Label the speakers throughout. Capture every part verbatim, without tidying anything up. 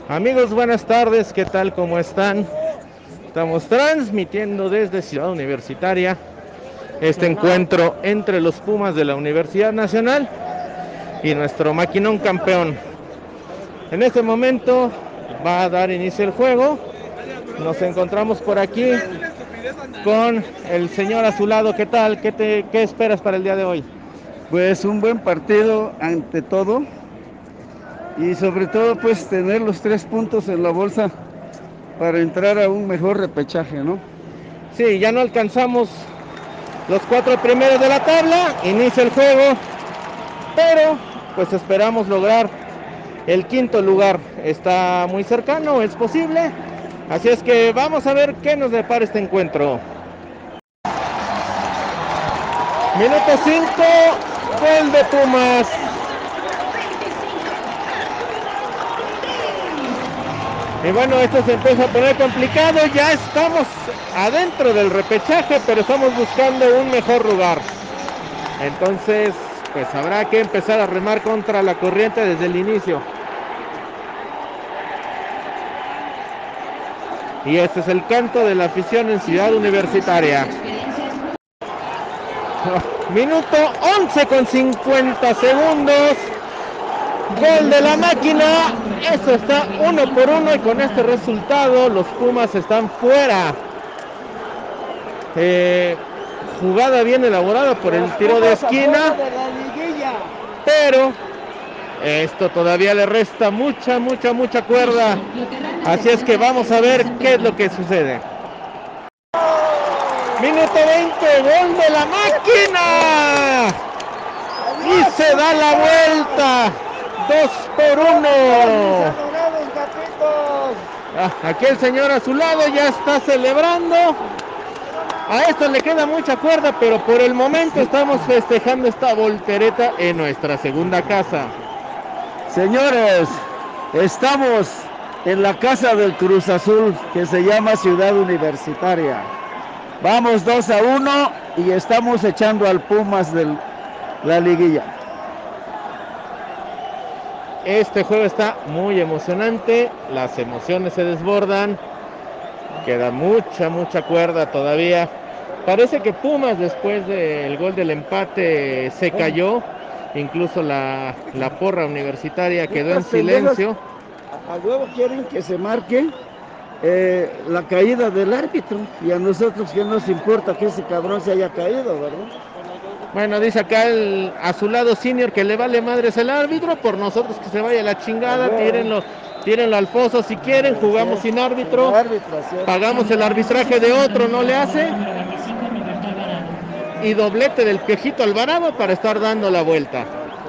Speaker 1: Amigos, buenas tardes, ¿qué tal? ¿Cómo están? Estamos transmitiendo desde Ciudad Universitaria este encuentro entre los Pumas de la Universidad Nacional y nuestro maquinón campeón. En este momento va a dar inicio el juego. Nos encontramos por aquí con el señor a su lado. ¿Qué tal? ¿Qué, te, qué esperas para el día de hoy?
Speaker 2: Pues un buen partido ante todo y sobre todo pues tener los tres puntos en la bolsa para entrar a un mejor repechaje, ¿no?
Speaker 1: Sí, ya no alcanzamos los cuatro primeros de la tabla, inicia el juego, pero pues esperamos lograr el quinto lugar. Está muy cercano, es posible, así es que vamos a ver qué nos depara este encuentro. Minuto cinco, gol de Pumas. Y bueno, esto se empieza a poner complicado. Ya estamos adentro del repechaje, pero estamos buscando un mejor lugar. Entonces, pues habrá que empezar a remar contra la corriente desde el inicio. Y este es el canto de la afición en Ciudad Universitaria. Minuto once con cincuenta segundos. Gol de la máquina. Eso está uno por uno y con este resultado los Pumas están fuera. Eh, jugada bien elaborada por el tiro de esquina. Pero esto todavía le resta mucha, mucha, mucha cuerda. Así es que vamos a ver qué es lo que sucede. Minuto veinte, gol de la máquina. Y se da la vuelta. Dos por uno. Ah, aquí el señor a su lado ya está celebrando. A esto le queda mucha cuerda, pero por el momento estamos festejando esta voltereta en nuestra segunda casa.
Speaker 2: Señores, estamos en la casa del Cruz Azul que se llama Ciudad Universitaria. Vamos dos a uno y estamos echando al Pumas de la liguilla.
Speaker 1: Este juego está muy emocionante, las emociones se desbordan, queda mucha, mucha cuerda todavía. Parece que Pumas después del gol del empate se cayó, incluso la, la porra universitaria quedó en silencio.
Speaker 2: A huevo quieren que se marque eh, la caída del árbitro y a nosotros que nos importa que ese cabrón se haya caído, ¿verdad?
Speaker 1: Bueno, dice acá el, a su lado senior que le vale madres el árbitro, por nosotros que se vaya la chingada, tírenlo, tírenlo al foso si quieren, jugamos sin árbitro, pagamos el arbitraje de otro, no le hace, y doblete del Piojito Alvarado para estar dando la vuelta.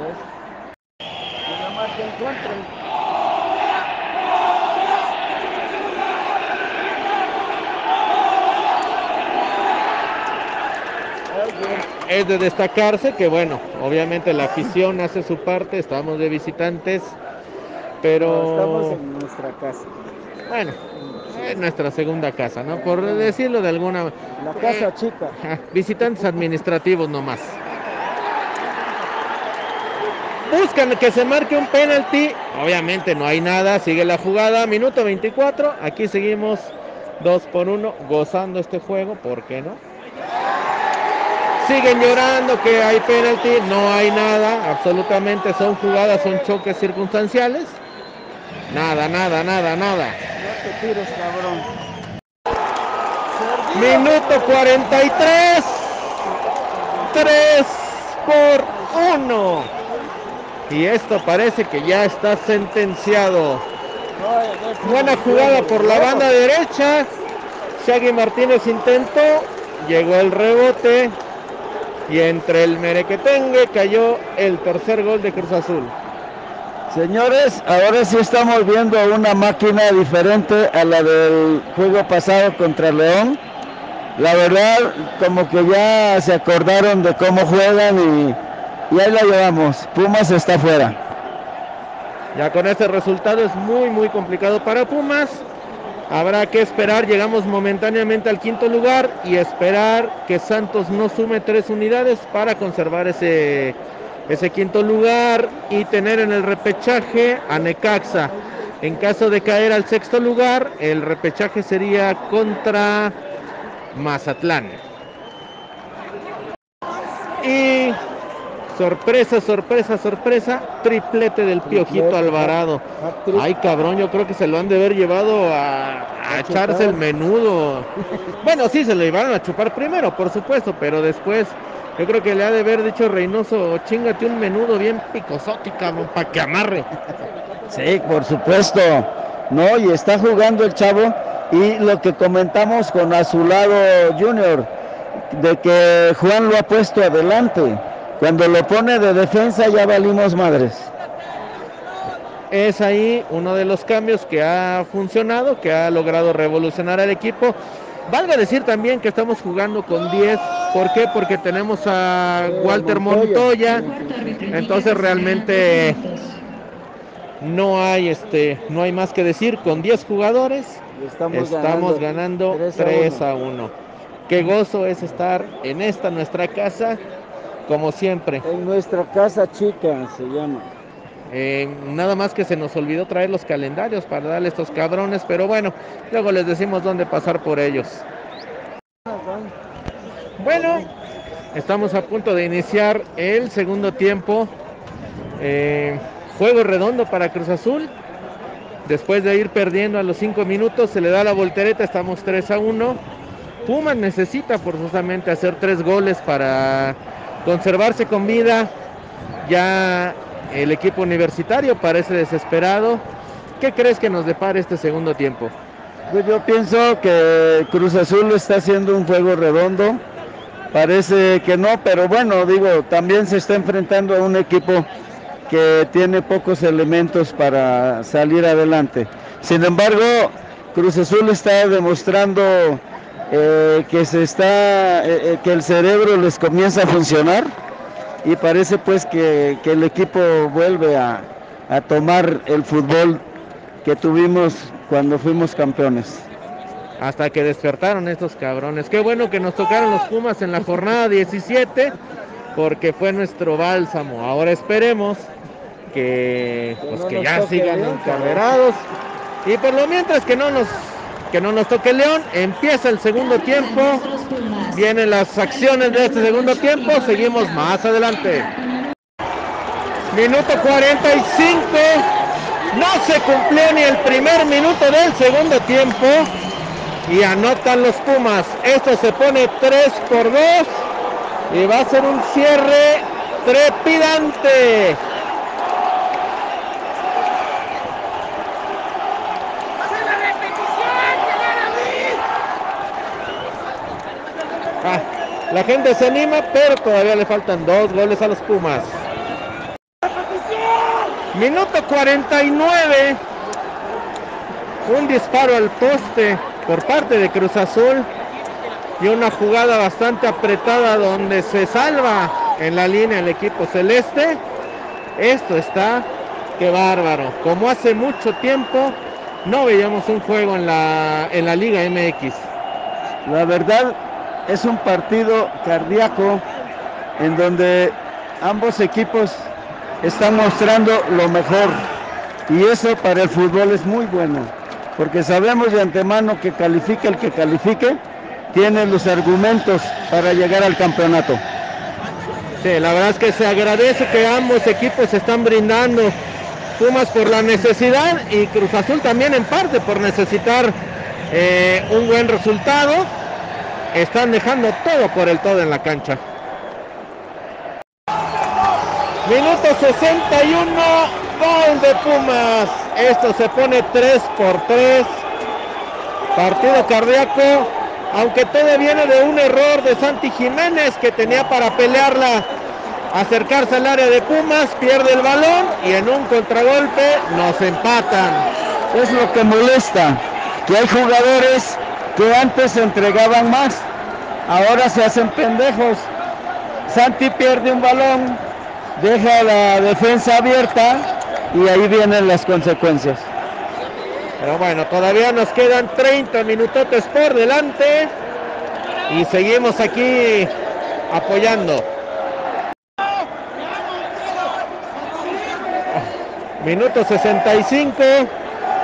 Speaker 1: Es de destacarse que, bueno, obviamente la afición hace su parte, estamos de visitantes, pero...
Speaker 2: No, estamos en nuestra casa.
Speaker 1: Bueno, es nuestra segunda casa, ¿no? Por decirlo de alguna...
Speaker 2: La casa eh, chica.
Speaker 1: Visitantes administrativos nomás. Buscan que se marque un penalti, obviamente no hay nada, sigue la jugada, minuto veinticuatro, aquí seguimos dos por uno, gozando este juego, ¿por qué no? Siguen llorando que hay penalti, no hay nada, absolutamente son jugadas, son choques circunstanciales. Nada, nada, nada, nada.
Speaker 2: No te tires, cabrón.
Speaker 1: Minuto cuarenta y tres. tres por uno. Y esto parece que ya está sentenciado. Buena jugada por la banda derecha. Shaggy Martínez intentó, llegó el rebote. Y entre el merequetengue cayó el tercer gol de Cruz Azul.
Speaker 2: Señores, ahora sí estamos viendo una máquina diferente a la del juego pasado contra León. La verdad, como que ya se acordaron de cómo juegan y, y ahí la llevamos. Pumas está fuera.
Speaker 1: Ya con este resultado es muy, muy complicado para Pumas. Habrá que esperar, llegamos momentáneamente al quinto lugar y esperar que Santos no sume tres unidades para conservar ese, ese quinto lugar y tener en el repechaje a Necaxa. En caso de caer al sexto lugar, el repechaje sería contra Mazatlán. Y sorpresa, sorpresa, sorpresa, triplete del Piojito Alvarado. Ay, cabrón, yo creo que se lo han de haber llevado a, a echarse el menudo. Bueno, sí, se lo llevaron a chupar primero, por supuesto, pero después yo creo que le ha de haber dicho Reynoso, chíngate un menudo bien picosote, cabrón, para que amarre.
Speaker 2: Sí, por supuesto. No, y está jugando el chavo, y lo que comentamos con Azulado Junior, de que Juan lo ha puesto adelante. Cuando lo pone de defensa ya valimos madres.
Speaker 1: Es ahí uno de los cambios que ha funcionado, que ha logrado revolucionar al equipo. Valga decir también que estamos jugando con diez. ¿Por qué? Porque tenemos a Walter Montoya. Entonces realmente no hay este, no hay más que decir. Con diez jugadores estamos, estamos ganando, ganando tres a uno. Qué gozo es estar en esta nuestra casa, como siempre.
Speaker 2: En nuestra casa chica se llama.
Speaker 1: Eh, nada más que se nos olvidó traer los calendarios para darle a estos cabrones, pero bueno, luego les decimos dónde pasar por ellos. Bueno, estamos a punto de iniciar el segundo tiempo. Eh, juego redondo para Cruz Azul. Después de ir perdiendo a los cinco minutos, se le da la voltereta, estamos tres a uno. Pumas necesita forzosamente hacer tres goles para conservarse con vida. Ya el equipo universitario parece desesperado. ¿Qué crees que nos depara este segundo tiempo?
Speaker 2: Pues yo pienso que Cruz Azul está haciendo un juego redondo. Parece que no, pero bueno, digo, también se está enfrentando a un equipo que tiene pocos elementos para salir adelante. Sin embargo, Cruz Azul está demostrando eh, que se está, eh, que el cerebro les comienza a funcionar. Y parece pues que, que el equipo vuelve a, a tomar el fútbol que tuvimos cuando fuimos campeones.
Speaker 1: Hasta que despertaron estos cabrones. Qué bueno que nos tocaron los Pumas en la jornada diecisiete, porque fue nuestro bálsamo. Ahora esperemos que, pues, que ya sigan encarrerados. Y por lo mientras que no nos que no nos toque León. Empieza el segundo tiempo. Vienen las acciones de este segundo tiempo. Seguimos más adelante. Minuto cuarenta y cinco. No se cumplió ni el primer minuto del segundo tiempo. Y anotan los Pumas. Esto se pone tres por dos. Y va a ser un cierre trepidante. Ah, la gente se anima, pero todavía le faltan dos goles a los Pumas. Minuto cuarenta y nueve. Un disparo al poste por parte de Cruz Azul. Y una jugada bastante apretada donde se salva en la línea el equipo celeste. Esto está, qué bárbaro. Como hace mucho tiempo no veíamos un juego en la, en la Liga M X.
Speaker 2: La verdad es un partido cardíaco en donde ambos equipos están mostrando lo mejor. Y eso para el fútbol es muy bueno. Porque sabemos de antemano que califique el que califique. Tiene los argumentos para llegar al campeonato.
Speaker 1: Sí, la verdad es que se agradece que ambos equipos se están brindando. Pumas por la necesidad y Cruz Azul también en parte por necesitar eh, un buen resultado. Están dejando todo por el todo en la cancha. Minuto sesenta y uno, gol de Pumas. Esto se pone tres por tres. Partido cardíaco. Aunque todo viene de un error de Santi Jiménez, que tenía para pelearla, acercarse al área de Pumas, pierde el balón y en un contragolpe nos empatan.
Speaker 2: Es lo que molesta, que hay jugadores que antes se entregaban más, ahora se hacen pendejos. Santi pierde un balón, deja la defensa abierta y ahí vienen las consecuencias.
Speaker 1: Pero bueno, todavía nos quedan treinta minutotes por delante y seguimos aquí apoyando. Minuto sesenta y cinco,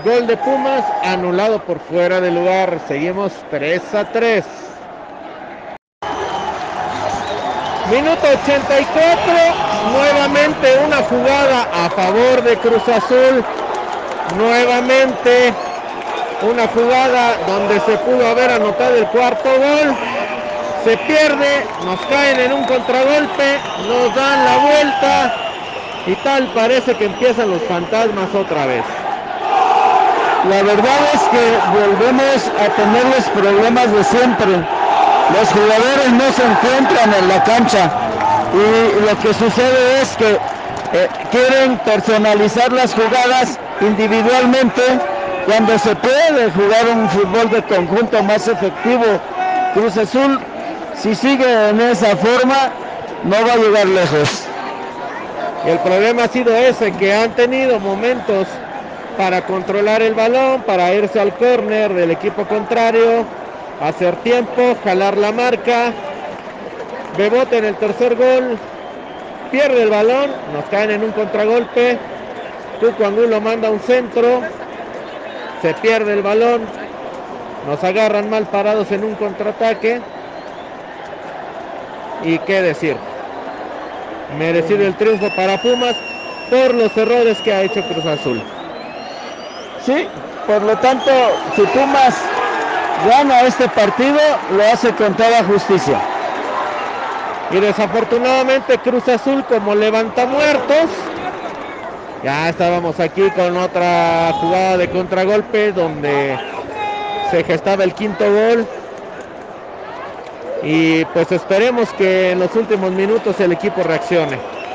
Speaker 1: gol de Pumas, anulado por fuera de lugar. Seguimos tres a tres. Minuto ochenta y cuatro, nuevamente una jugada a favor de Cruz Azul, nuevamente una jugada donde se pudo haber anotado el cuarto gol, se pierde, nos caen en un contragolpe, nos dan la vuelta y tal parece que empiezan los fantasmas otra vez.
Speaker 2: La verdad es que volvemos a tener los problemas de siempre. Los jugadores no se encuentran en la cancha y lo que sucede es que eh, quieren personalizar las jugadas individualmente cuando se puede jugar un fútbol de conjunto más efectivo. Cruz Azul, si sigue en esa forma, no va a llegar lejos.
Speaker 1: Y el problema ha sido ese, que han tenido momentos para controlar el balón, para irse al córner del equipo contrario, hacer tiempo, jalar la marca. Bebote en el tercer gol pierde el balón, nos caen en un contragolpe. Tuco Angulo manda un centro, se pierde el balón, nos agarran mal parados en un contraataque. Y qué decir, merecido el triunfo para Pumas por los errores que ha hecho Cruz Azul.
Speaker 2: Sí, por lo tanto, si Pumas gana este partido, lo hace con toda justicia.
Speaker 1: Y desafortunadamente Cruz Azul, como levanta muertos, ya estábamos aquí con otra jugada de contragolpe donde se gestaba el quinto gol. Y pues esperemos que en los últimos minutos el equipo reaccione.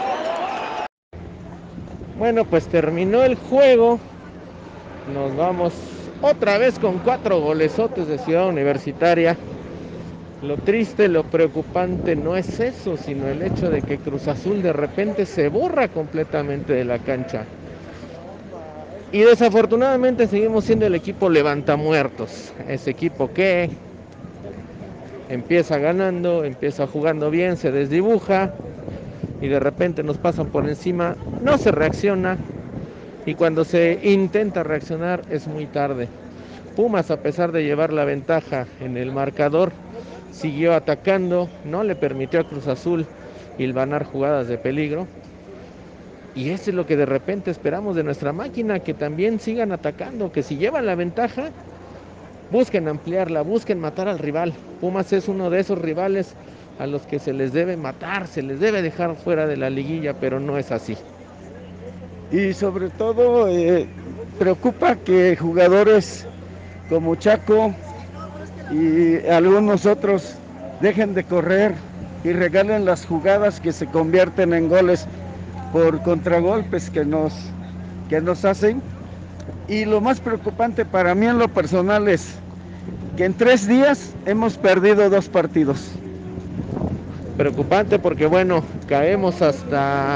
Speaker 1: Bueno, pues terminó el juego. Nos vamos otra vez con cuatro golesotes de Ciudad Universitaria. Lo triste, lo preocupante no es eso, sino el hecho de que Cruz Azul de repente se borra completamente de la cancha. Y desafortunadamente seguimos siendo el equipo levantamuertos. Ese equipo que empieza ganando, empieza jugando bien, se desdibuja y de repente nos pasan por encima, no se reacciona. Y cuando se intenta reaccionar es muy tarde. Pumas, a pesar de llevar la ventaja en el marcador, siguió atacando, no le permitió a Cruz Azul hilvanar jugadas de peligro. Y eso es lo que de repente esperamos de nuestra máquina, que también sigan atacando, que si llevan la ventaja, busquen ampliarla, busquen matar al rival. Pumas es uno de esos rivales a los que se les debe matar, se les debe dejar fuera de la liguilla, pero no es así.
Speaker 2: Y sobre todo eh, preocupa que jugadores como Chaco y algunos otros dejen de correr y regalen las jugadas que se convierten en goles por contragolpes que nos, que nos hacen. Y lo más preocupante para mí en lo personal es que en tres días hemos perdido dos partidos.
Speaker 1: Preocupante porque bueno, caemos hasta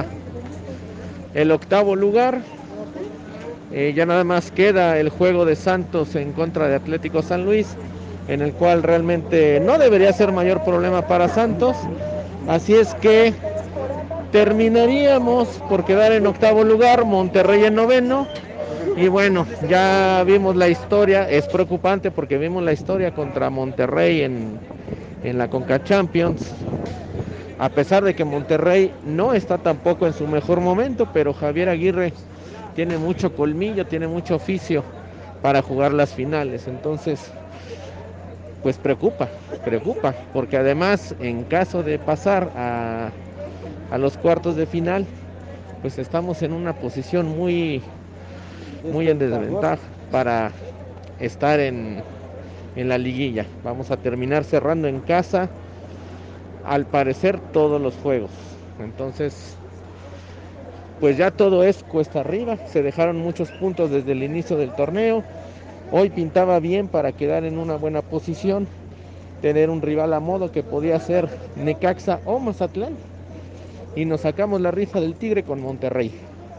Speaker 1: el octavo lugar. Eh, ya nada más queda el juego de Santos en contra de Atlético San Luis, en el cual realmente no debería ser mayor problema para Santos. Así es que terminaríamos por quedar en octavo lugar, Monterrey en noveno. Y bueno, ya vimos la historia, es preocupante porque vimos la historia contra Monterrey en, en la Conca Champions. A pesar de que Monterrey no está tampoco en su mejor momento, pero Javier Aguirre tiene mucho colmillo, tiene mucho oficio para jugar las finales. Entonces, pues preocupa, preocupa, porque además en caso de pasar a, a los cuartos de final, pues estamos en una posición muy, muy en desventaja para estar en, en la liguilla. Vamos a terminar cerrando en casa, al parecer, todos los juegos. Entonces, pues ya todo es cuesta arriba. Se dejaron muchos puntos desde el inicio del torneo. Hoy pintaba bien para quedar en una buena posición, tener un rival a modo que podía ser Necaxa o Mazatlán, y nos sacamos la rifa del Tigre con Monterrey.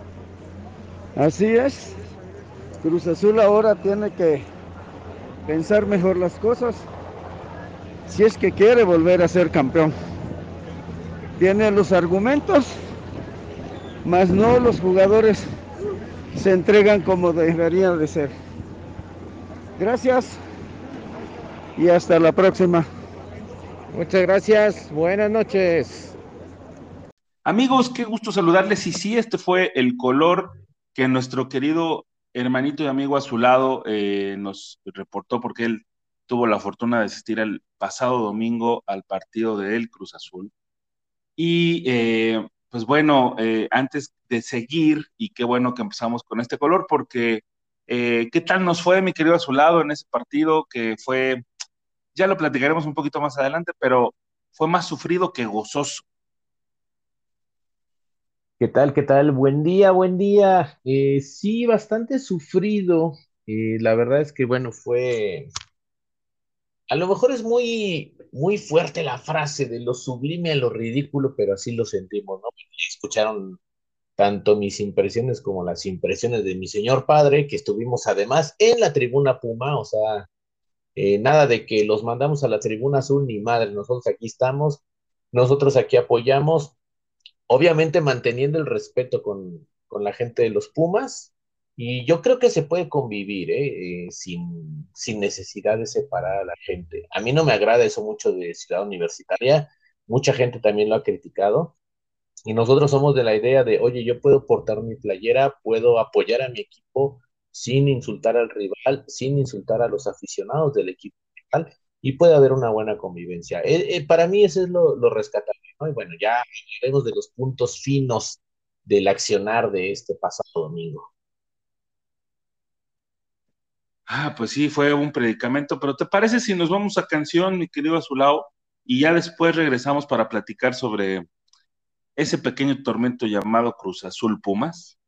Speaker 2: Así es. Cruz Azul ahora tiene que pensar mejor las cosas si es que quiere volver a ser campeón. Tiene los argumentos, mas no los jugadores se entregan como deberían de ser. Gracias y hasta la próxima.
Speaker 1: Muchas gracias, buenas noches.
Speaker 3: Amigos, qué gusto saludarles. Y sí, este fue el color que nuestro querido hermanito y amigo a su lado eh, nos reportó, porque él tuvo la fortuna de asistir el pasado domingo al partido de El Cruz Azul. Y eh, pues bueno, eh, antes de seguir, y qué bueno que empezamos con este color, porque eh, ¿qué tal nos fue, mi querido a su lado, en ese partido que fue, ya lo platicaremos un poquito más adelante, pero fue más sufrido que gozoso?
Speaker 4: ¿Qué tal? ¿Qué tal? Buen día, buen día. Eh, sí, bastante sufrido. Eh, la verdad es que, bueno, fue... A lo mejor es muy, muy fuerte la frase de lo sublime a lo ridículo, pero así lo sentimos, ¿no? Escucharon tanto mis impresiones como las impresiones de mi señor padre, que estuvimos además en la tribuna Puma, o sea, eh, nada de que los mandamos a la tribuna azul ni madre, nosotros aquí estamos, nosotros aquí apoyamos, obviamente manteniendo el respeto con, con la gente de los Pumas, y yo creo que se puede convivir, ¿eh? Eh, sin, sin necesidad de separar a la gente. A mí no me agrada eso mucho de Ciudad Universitaria, mucha gente también lo ha criticado, y nosotros somos de la idea de, oye, yo puedo portar mi playera, puedo apoyar a mi equipo sin insultar al rival, sin insultar a los aficionados del equipo rival, y puede haber una buena convivencia. Eh, eh, para mí eso es lo, lo rescatable, ¿no? Y bueno, ya hablaremos de los puntos finos del accionar de este pasado domingo.
Speaker 3: Ah, pues sí, fue un predicamento, pero ¿te parece si nos vamos a canción, mi querido Azulao, y ya después regresamos para platicar sobre ese pequeño tormento llamado Cruz Azul Pumas?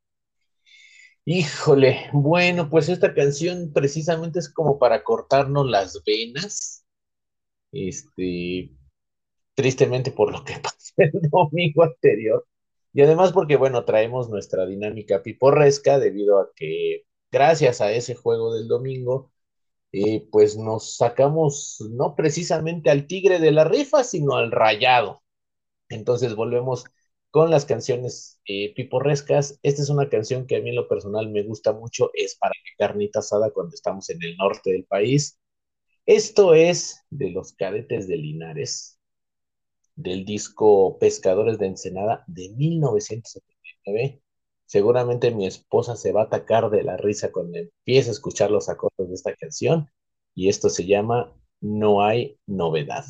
Speaker 4: Híjole, bueno, pues esta canción precisamente es como para cortarnos las venas, este, tristemente por lo que pasó el domingo anterior, y además porque, bueno, traemos nuestra dinámica piporresca debido a que gracias a ese juego del domingo, eh, pues nos sacamos no precisamente al tigre de la rifa, sino al rayado. Entonces volvemos con las canciones eh, piporrescas. Esta es una canción que a mí en lo personal me gusta mucho, es para la carnita asada cuando estamos en el norte del país. Esto es de los Cadetes de Linares, del disco Pescadores de Ensenada de mil novecientos setenta y nueve. Seguramente mi esposa se va a atacar de la risa cuando empiece a escuchar los acordes de esta canción, y esto se llama No hay novedad.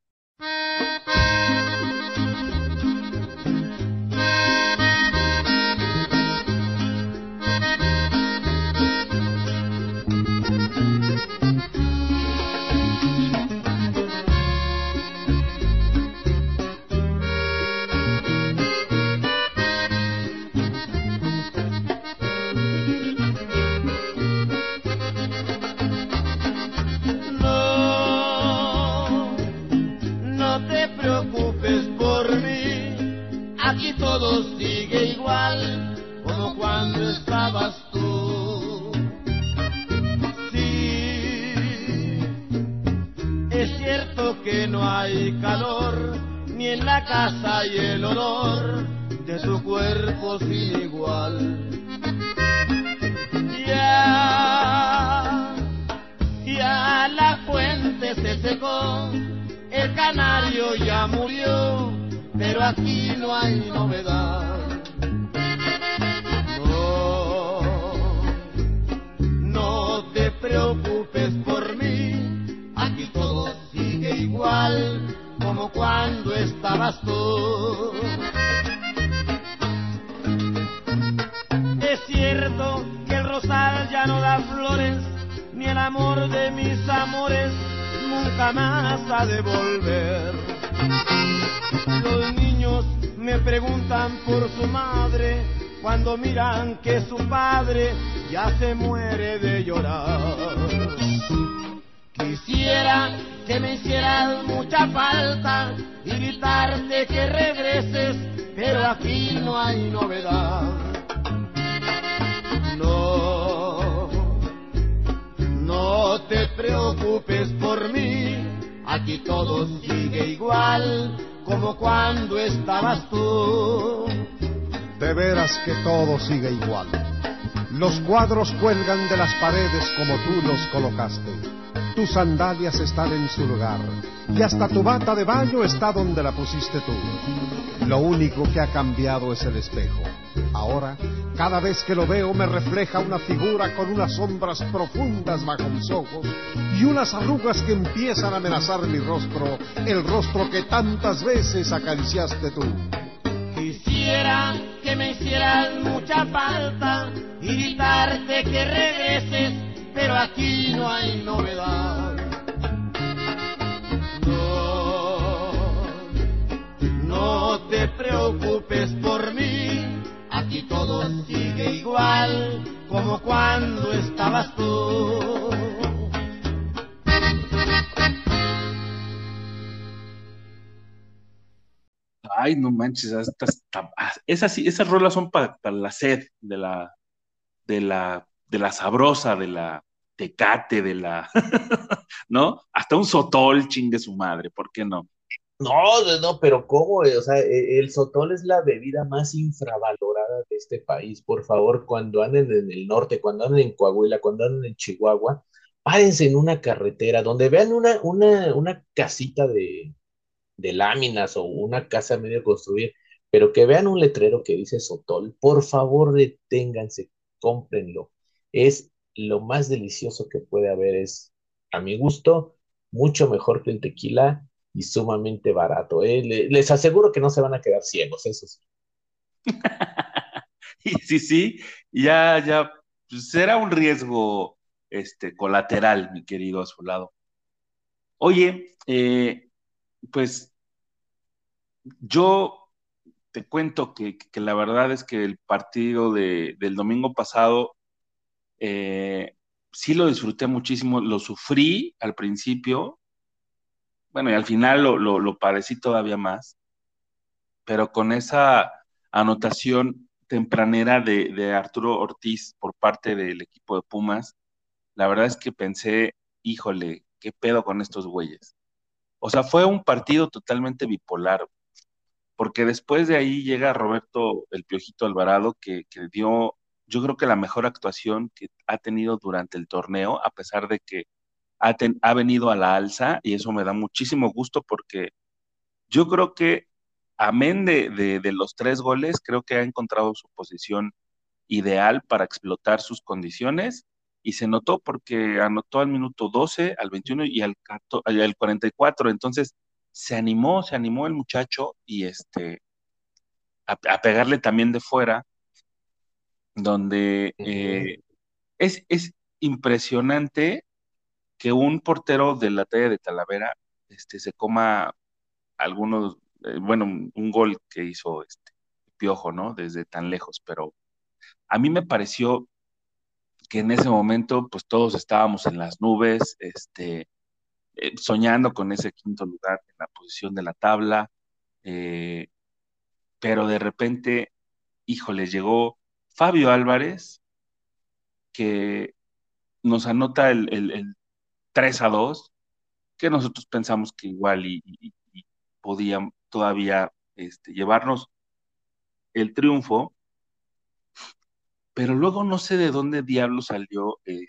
Speaker 5: Todo sigue igual como cuando estabas tú. Sí, es cierto que no hay calor, ni en la casa y el olor de tu cuerpo sin igual. Ya, ya la fuente se secó, el canario ya murió, pero aquí no hay novedad. No, no te preocupes por mí, aquí todo sigue igual como cuando estabas tú. Es cierto que el rosal ya no da flores, ni el amor de mis amores nunca más ha de volver. Los niños me preguntan por su madre cuando miran que su padre ya se muere de llorar. Quisiera que me hicieras mucha falta y gritarte que regreses, pero aquí no hay novedad. No, no te preocupes por mí, aquí todo sigue igual como cuando estabas tú.
Speaker 6: De veras que todo sigue igual. Los cuadros cuelgan de las paredes como tú los colocaste. Tus sandalias están en su lugar y hasta tu bata de baño está donde la pusiste tú. Lo único que ha cambiado es el espejo. Ahora, cada vez que lo veo me refleja una figura con unas sombras profundas bajo mis ojos y unas arrugas que empiezan a amenazar mi rostro, el rostro que tantas veces acariciaste tú.
Speaker 5: Quisiera que me hicieras mucha falta y gritarte que regreses, pero aquí no hay novedad. No, no te preocupes por mí, aquí todo sigue igual como cuando estabas tú.
Speaker 3: Ay, no manches, hasta, hasta- esas, sí- esas rolas son para la sed de la, de la, de la sabrosa, de la tecate, de la, ¿no? Hasta un sotol, chingue su madre, ¿por qué no?
Speaker 4: No, no, no, pero ¿cómo? Eh, O sea, e- el sotol es la bebida más infravalorada de este país. Por favor, cuando anden en el norte, cuando anden en Coahuila, cuando anden en Chihuahua, párense en una carretera donde vean una, una, una casita de, de láminas o una casa medio construida, pero que vean un letrero que dice Sotol, por favor deténganse, cómprenlo. Es lo más delicioso que puede haber, es a mi gusto mucho mejor que el tequila y sumamente barato, ¿eh? Le- Les aseguro que no se van a quedar ciegos, eso sí.
Speaker 3: Y sí, sí, ya, ya, pues será un riesgo, este, colateral, mi querido Azulado. Oye, eh, pues yo te cuento que, que la verdad es que el partido de, del domingo pasado, eh, sí lo disfruté muchísimo, lo sufrí al principio, bueno, y al final lo, lo, lo padecí todavía más, pero con esa anotación tempranera de, de Arturo Ortiz por parte del equipo de Pumas, la verdad es que pensé, híjole, ¿qué pedo con estos güeyes? O sea, fue un partido totalmente bipolar, porque después de ahí llega Roberto el Piojito Alvarado, que, que dio, yo creo que la mejor actuación que ha tenido durante el torneo, a pesar de que ha, ten- ha venido a la alza, y eso me da muchísimo gusto porque yo creo que, amén de, de, de los tres goles, creo que ha encontrado su posición ideal para explotar sus condiciones y se notó porque anotó al minuto doce, al veintiuno y al, catorce, y al cuarenta y cuatro. Entonces se animó, se animó el muchacho y este, a, a pegarle también de fuera, donde
Speaker 4: Ujú.
Speaker 3: eh, es, es impresionante que un portero de la talla de Talavera este, se coma algunos, eh, bueno, un gol que hizo este Piojo, ¿no? Desde tan lejos, pero a mí me pareció que en ese momento, pues todos estábamos en las nubes, este, eh, soñando con ese quinto lugar en la posición de la tabla, eh, pero de repente, híjole, llegó Fabio Álvarez, que nos anota el, el, el tres a dos, que nosotros pensamos que igual y, y, y podían todavía este, llevarnos el triunfo, pero luego no sé de dónde diablo salió eh,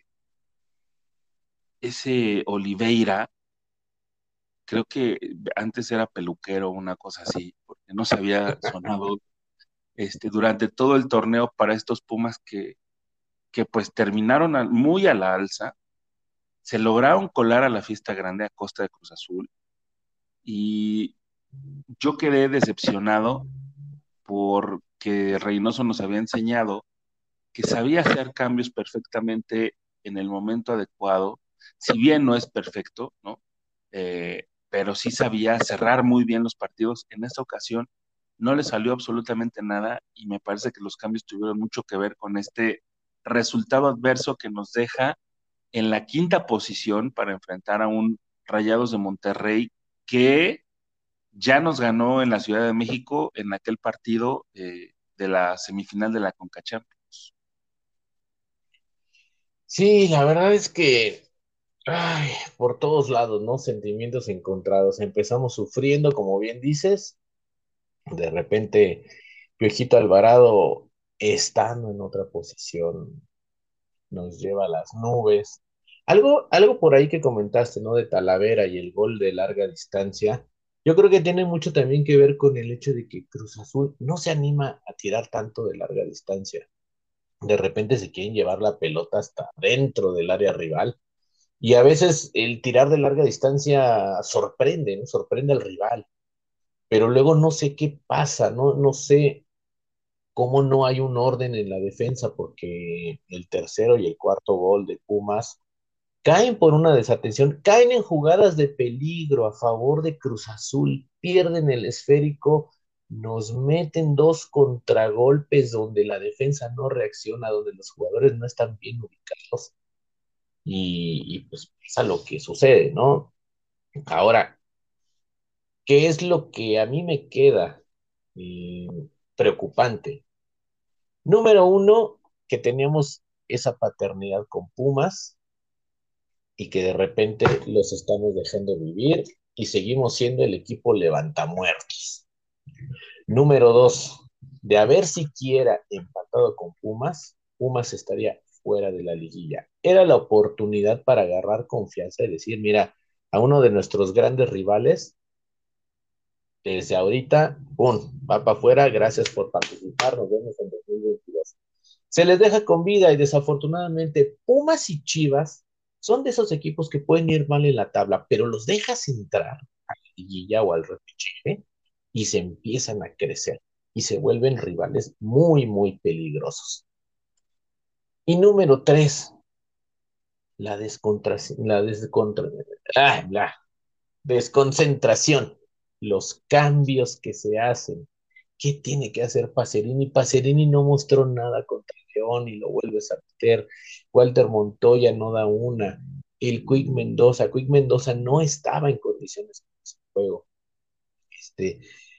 Speaker 3: ese Oliveira, creo que antes era peluquero, una cosa así, porque no se había sonado este, durante todo el torneo para estos Pumas que, que pues terminaron al- muy a la alza, se lograron colar a la fiesta grande a costa de Cruz Azul y yo quedé decepcionado porque Reynoso nos había enseñado que sabía hacer cambios perfectamente en el momento adecuado, si bien no es perfecto, ¿no? Eh, pero sí sabía cerrar muy bien los partidos. En esta ocasión no le salió absolutamente nada y me parece que los cambios tuvieron mucho que ver con este resultado adverso que nos deja en la quinta posición para enfrentar a un Rayados de Monterrey que ya nos ganó en la Ciudad de México en aquel partido eh, de la semifinal de la Conca Champions.
Speaker 4: Sí, la verdad es que, ay, por todos lados, ¿no? Sentimientos encontrados. Empezamos sufriendo, como bien dices, de repente, Piojito Alvarado estando en otra posición. nos lleva a las nubes. Algo, algo por ahí que comentaste, ¿no? De Talavera y el gol de larga distancia. Yo creo que tiene mucho también que ver con el hecho de que Cruz Azul no se anima a tirar tanto de larga distancia. De repente se quieren llevar la pelota hasta dentro del área rival. Y a veces el tirar de larga distancia sorprende, ¿no? Sorprende al rival. Pero luego no sé qué pasa, no, no sé cómo no hay un orden en la defensa, porque el tercero y el cuarto gol de Pumas caen por una desatención, caen en jugadas de peligro a favor de Cruz Azul, pierden el esférico, nos meten dos contragolpes donde la defensa no reacciona, donde los jugadores no están bien ubicados y, y pues pasa lo que sucede, ¿no? Ahora, ¿qué es lo que a mí me queda eh, preocupante? Número uno, que teníamos esa paternidad con Pumas y que de repente los estamos dejando vivir y seguimos siendo el equipo levantamuertos. Número dos, de haber siquiera empatado con Pumas, Pumas estaría fuera de la liguilla. Era la oportunidad para agarrar confianza y decir, mira, a uno de nuestros grandes rivales, desde ahorita, ¡pum!, va para afuera, gracias por participar, nos vemos en dos mil veintidós. Se les deja con vida y desafortunadamente Pumas y Chivas son de esos equipos que pueden ir mal en la tabla, pero los dejas entrar a la liguilla o al repechaje y se empiezan a crecer y se vuelven rivales muy, muy peligrosos. Y número tres, la, descontra, la, descontra, ah, la desconcentración, los cambios que se hacen. ¿Qué tiene que hacer Pacerini? Pacerini no mostró nada contra León y lo vuelves a meter. Walter Montoya no da una. El Quick Mendoza, Quick Mendoza no estaba en condiciones de juego. Este,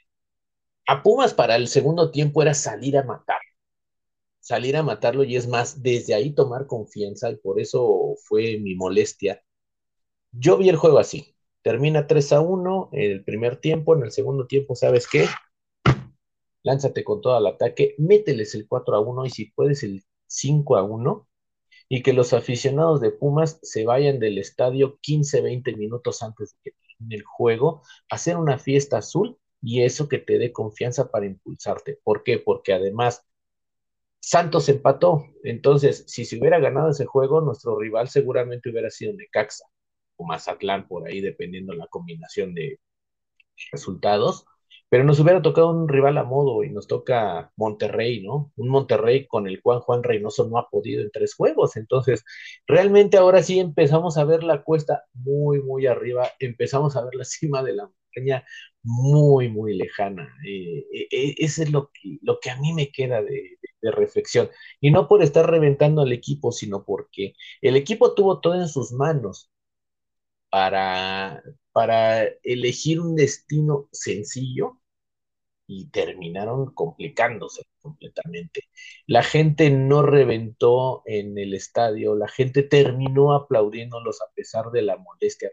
Speaker 4: a Pumas para el segundo tiempo era salir a matar, salir a matarlo y es más, desde ahí tomar confianza y por eso fue mi molestia. Yo vi el juego así, termina tres a uno en el primer tiempo, en el segundo tiempo, ¿sabes qué? Lánzate con todo el ataque, mételes el cuatro a uno y si puedes el cinco a uno y que los aficionados de Pumas se vayan del estadio quince veinte minutos antes de que termine el juego, hacer una fiesta azul y eso que te dé confianza para impulsarte. ¿Por qué? Porque además Santos empató, entonces si se hubiera ganado ese juego, nuestro rival seguramente hubiera sido Necaxa o Mazatlán por ahí, dependiendo la combinación de resultados, pero nos hubiera tocado un rival a modo y nos toca Monterrey, ¿no? Un Monterrey con el cual Juan Reynoso no ha podido en tres juegos. Entonces, realmente ahora sí empezamos a ver la cuesta muy, muy arriba, empezamos a ver la cima de la montaña muy, muy lejana. Eh, eh, eso es lo que, lo que a mí me queda de, de, de reflexión. Y no por estar reventando al equipo, sino porque el equipo tuvo todo en sus manos para, para elegir un destino sencillo y terminaron complicándose completamente. La gente no reventó en el estadio, la gente terminó aplaudiéndolos a pesar de la molestia,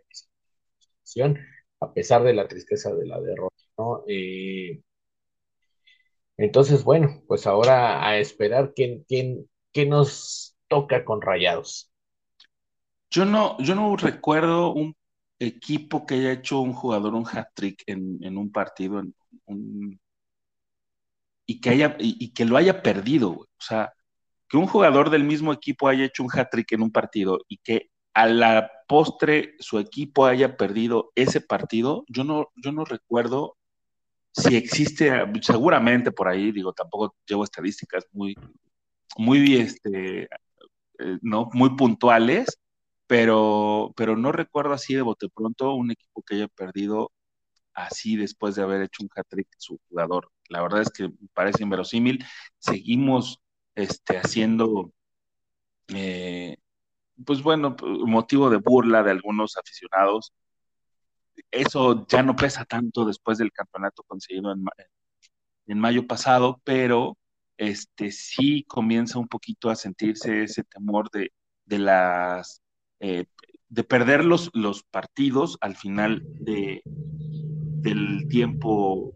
Speaker 4: a pesar de la tristeza de la derrota, ¿no? Eh, entonces, bueno, pues ahora a esperar qué, qué, qué nos toca con Rayados.
Speaker 3: Yo no, yo no recuerdo un equipo que haya hecho un jugador un hat-trick en, en un partido en un, y, que haya, y, y que lo haya perdido, güey. O sea, que un jugador del mismo equipo haya hecho un hat-trick en un partido y que a la postre su equipo haya perdido ese partido, yo no, yo no recuerdo si existe, seguramente por ahí, digo, tampoco llevo estadísticas muy, muy, este, eh, no, muy puntuales, pero, pero no recuerdo así de bote pronto un equipo que haya perdido así después de haber hecho un hat-trick su jugador. La verdad es que me parece inverosímil. Seguimos este, haciendo, eh, pues bueno, motivo de burla de algunos aficionados. Eso ya no pesa tanto después del campeonato conseguido en, en mayo pasado, pero este sí comienza un poquito a sentirse ese temor de, de las eh, de perder los, los partidos al final de, del tiempo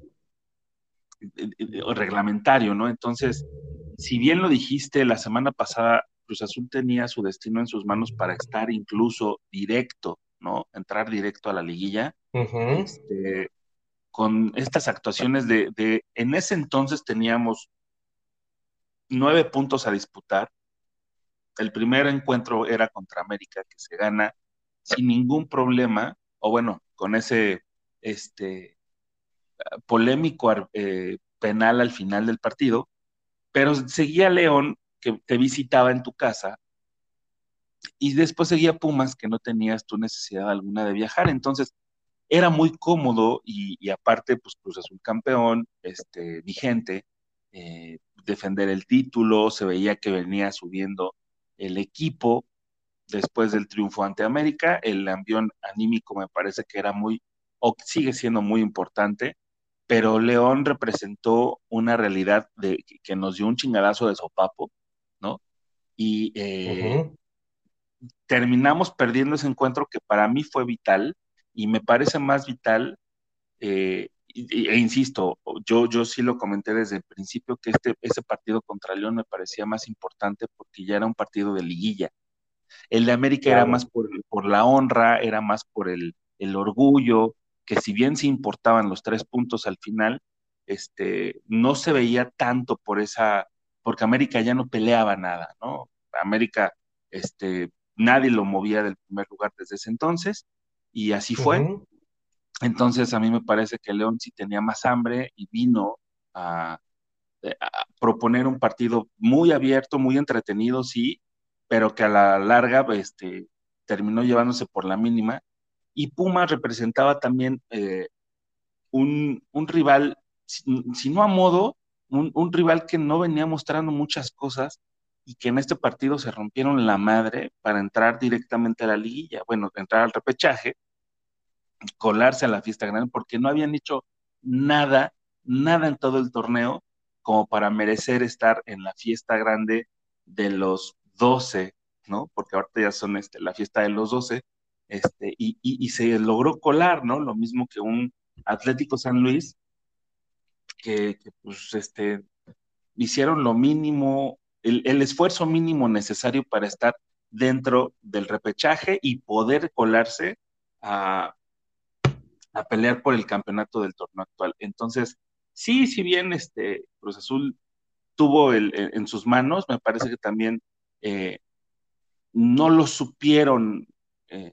Speaker 3: reglamentario, ¿no? Entonces, si bien lo dijiste, la semana pasada Cruz Azul tenía su destino en sus manos para estar incluso directo, ¿no? Entrar directo a la liguilla.
Speaker 4: Uh-huh.
Speaker 3: Este, con estas actuaciones de, de, en ese entonces teníamos nueve puntos a disputar. El primer encuentro era contra América, que se gana sin ningún problema, o bueno, con ese este, polémico eh, penal al final del partido, pero seguía León, que te visitaba en tu casa, y después seguía Pumas, que no tenías tu necesidad alguna de viajar. Entonces, era muy cómodo y, y aparte, pues Cruz Azul campeón, este, vigente, eh, defender el título, se veía que venía subiendo el equipo después del triunfo ante América, el ambiente anímico me parece que era muy, o sigue siendo muy importante, pero León representó una realidad de, que nos dio un chingadazo de sopapo, ¿no? Y eh, uh-huh. terminamos perdiendo ese encuentro que para mí fue vital, y me parece más vital, eh, e, e insisto, yo, yo sí lo comenté desde el principio, que este, ese partido contra León me parecía más importante porque ya era un partido de liguilla. El de América claro. era más por, por la honra, era más por el, el orgullo, que si bien se importaban los tres puntos al final, este, no se veía tanto por esa, porque América ya no peleaba nada, ¿no? América, este, nadie lo movía del primer lugar desde ese entonces, y así fue. Uh-huh. Entonces a mí me parece que León sí tenía más hambre y vino a, a proponer un partido muy abierto, muy entretenido, sí, pero que a la larga este, terminó llevándose por la mínima. Y Pumas representaba también eh, un, un rival, si, si no a modo, un, un rival que no venía mostrando muchas cosas y que en este partido se rompieron la madre para entrar directamente a la liguilla, bueno, entrar al repechaje, colarse a la fiesta grande, porque no habían hecho nada, nada en todo el torneo como para merecer estar en la fiesta grande de los doce, ¿no? Porque ahorita ya son este, la fiesta de los doce, este, y, y, y se logró colar, ¿no? Lo mismo que un Atlético San Luis, que, que pues, este, hicieron lo mínimo, el, el esfuerzo mínimo necesario para estar dentro del repechaje y poder colarse a, a pelear por el campeonato del torneo actual. Entonces, sí, si bien este Cruz Azul tuvo el, el, en sus manos, me parece que también eh, no lo supieron eh,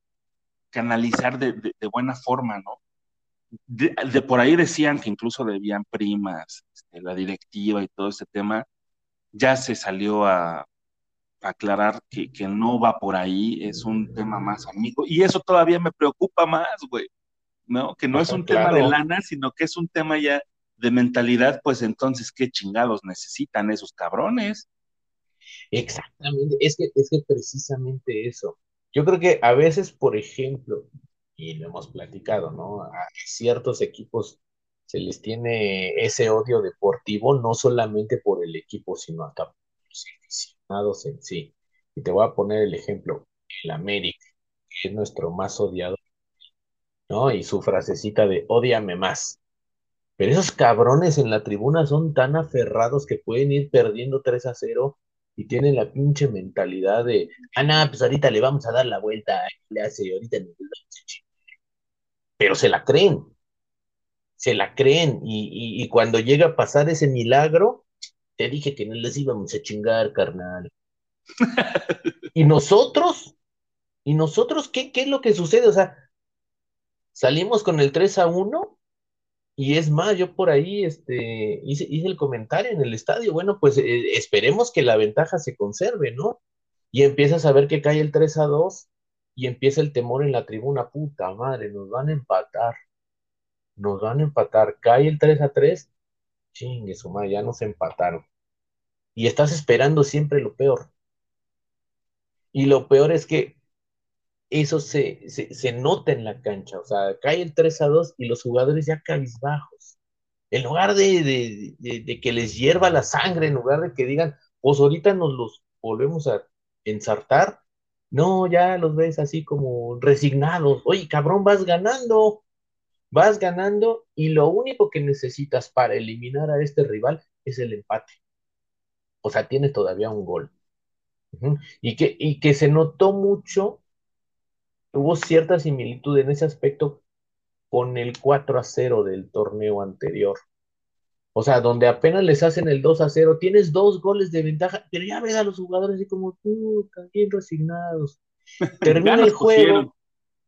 Speaker 3: canalizar de, de, de, buena forma, ¿no? De, de, por ahí decían que incluso debían primas, este, la directiva y todo este tema, ya se salió a, a aclarar que, que no va por ahí, es un tema más amigo, y eso todavía me preocupa más, güey, ¿no? Que no es un claro. tema de lana, sino que es un tema ya de mentalidad, pues entonces, ¿qué chingados necesitan esos cabrones?
Speaker 4: Exactamente, es que, es que precisamente eso. Yo creo que a veces, por ejemplo, y lo hemos platicado, ¿no? A ciertos equipos se les tiene ese odio deportivo, no solamente por el equipo, sino hasta por los aficionados en sí. Y te voy a poner el ejemplo, el América, que es nuestro más odiado, ¿no? Y su frasecita de ódiame más. Pero esos cabrones en la tribuna son tan aferrados que pueden ir perdiendo tres a cero y tienen la pinche mentalidad de, ah, no, pues ahorita le vamos a dar la vuelta, le hace, ahorita le vamos a chingar. Pero se la creen, se la creen, y, y, y cuando llega a pasar ese milagro, te dije que no les íbamos a chingar, carnal. Y nosotros, y nosotros, ¿qué, qué es lo que sucede? O sea, salimos con el tres a uno. Y es más, yo por ahí este, hice, hice el comentario en el estadio, bueno, pues eh, esperemos que la ventaja se conserve, ¿no? Y empiezas a ver que cae el tres a dos y empieza el temor en la tribuna, puta madre, nos van a empatar, nos van a empatar, cae el tres a tres, chingue su madre, ya nos empataron. Y estás esperando siempre lo peor. Y lo peor es que eso se, se, se nota en la cancha, o sea, cae el tres a dos y los jugadores ya cabizbajos. En lugar de, de, de, de que les hierva la sangre, en lugar de que digan, pues ahorita nos los volvemos a ensartar, no, ya los ves así como resignados. Oye, cabrón, vas ganando, vas ganando, y lo único que necesitas para eliminar a este rival es el empate. O sea, tienes todavía un gol. Ujú. Y que, y que se notó mucho, hubo cierta similitud en ese aspecto con el cuatro a cero del torneo anterior. O sea, donde apenas les hacen el dos a cero, tienes dos goles de ventaja, pero ya ves a los jugadores así como, puta, bien resignados.
Speaker 3: Ya
Speaker 4: Termina el
Speaker 3: nos pusieron.
Speaker 4: juego,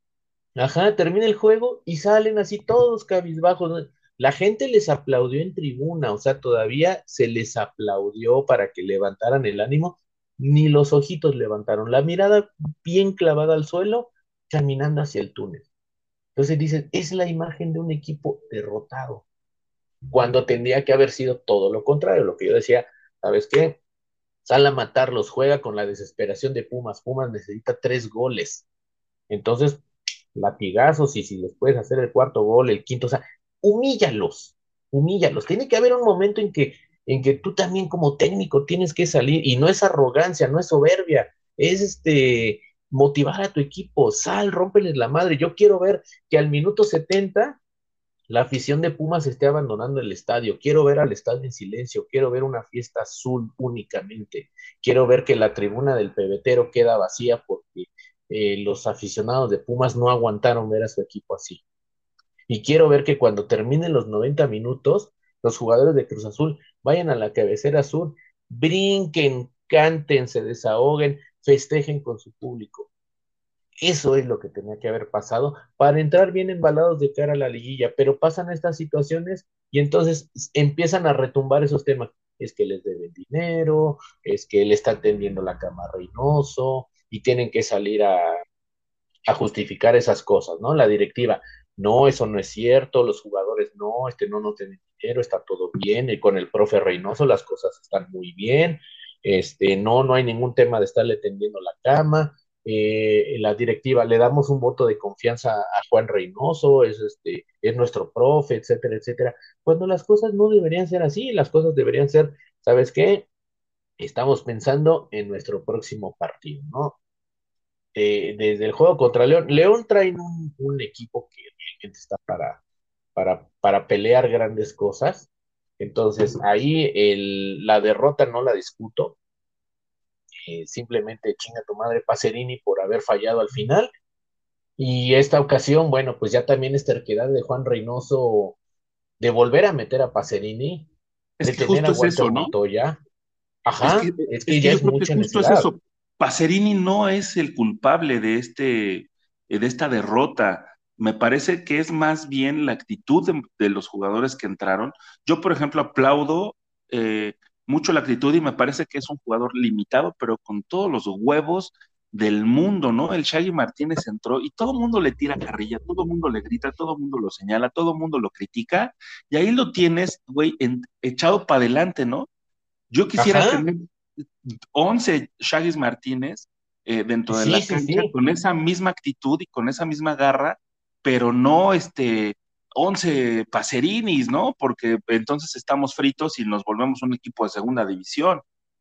Speaker 4: ajá, termina el juego y salen así todos cabizbajos, ¿no? La gente les aplaudió en tribuna, o sea, todavía se les aplaudió para que levantaran el ánimo, ni los ojitos levantaron, la mirada bien clavada al suelo, caminando hacia el túnel. Entonces dices, es la imagen de un equipo derrotado, cuando tendría que haber sido todo lo contrario, lo que yo decía, ¿sabes qué? Sal a matarlos, juega con la desesperación de Pumas, Pumas necesita tres goles, entonces latigazos y si les puedes hacer el cuarto gol, el quinto, o sea, humíllalos, humíllalos. Tiene que haber un momento en que, en que tú también como técnico tienes que salir y no es arrogancia, no es soberbia, es este motivar a tu equipo, sal, rómpeles la madre. Yo quiero ver que al minuto setenta la afición de Pumas esté abandonando el estadio. Quiero ver al estadio en silencio. Quiero ver una fiesta azul únicamente. Quiero ver que la tribuna del pebetero queda vacía porque eh, los aficionados de Pumas no aguantaron ver a su equipo así. Y quiero ver que cuando terminen los noventa minutos, los jugadores de Cruz Azul vayan a la cabecera azul, brinquen, canten, se desahoguen, festejen con su público. Eso es lo que tenía que haber pasado para entrar bien embalados de cara a la liguilla, pero pasan estas situaciones y entonces empiezan a retumbar esos temas. Es que les deben dinero, es que le está tendiendo la cama a Reynoso y tienen que salir a, a justificar esas cosas, ¿no? La directiva, no, eso no es cierto, los jugadores no, este no nos tienen dinero, está todo bien, y con el profe Reynoso las cosas están muy bien, este, no, no hay ningún tema de estarle tendiendo la cama, eh, la directiva, le damos un voto de confianza a Juan Reynoso, es, este, es nuestro profe, etcétera, etcétera, cuando las cosas no deberían ser así, las cosas deberían ser, ¿sabes qué? Estamos pensando en nuestro próximo partido, ¿no? Eh, desde el juego contra León. León trae un, un equipo que realmente está para, para, para pelear grandes cosas. Entonces, ahí el, la derrota no la discuto. Eh, simplemente chinga tu madre Pacerini por haber fallado al final. Y esta ocasión, bueno, pues ya también es terquedad de Juan Reynoso de volver a meter a Pacerini,
Speaker 3: Es
Speaker 4: de
Speaker 3: que
Speaker 4: tener
Speaker 3: justo
Speaker 4: a
Speaker 3: es
Speaker 4: Walter
Speaker 3: eso, ¿no?
Speaker 4: Montoya.
Speaker 3: Es que,
Speaker 4: Ajá, es
Speaker 3: es
Speaker 4: que
Speaker 3: que
Speaker 4: ya
Speaker 3: yo
Speaker 4: es
Speaker 3: creo que
Speaker 4: mucha
Speaker 3: justo es
Speaker 4: necedad.
Speaker 3: eso. Pacerini no es el culpable de este, eh, de esta derrota. Me parece que es más bien la actitud de, de los jugadores que entraron. Yo, por ejemplo, aplaudo eh, mucho la actitud y me parece que es un jugador limitado, pero con todos los huevos del mundo, ¿no? El Shaggy Martínez entró y todo el mundo le tira carrilla, todo el mundo le grita, todo el mundo lo señala, todo el mundo lo critica, y ahí lo tienes, güey, en- echado para adelante, ¿no? Yo quisiera
Speaker 4: Ajá,
Speaker 3: tener once Shaggy Martínez eh, dentro de
Speaker 4: sí,
Speaker 3: la
Speaker 4: sí,
Speaker 3: cancha
Speaker 4: sí.
Speaker 3: con esa misma actitud y con esa misma garra, pero no este once Pacerinis, ¿no? Porque entonces estamos fritos y nos volvemos un equipo de segunda división.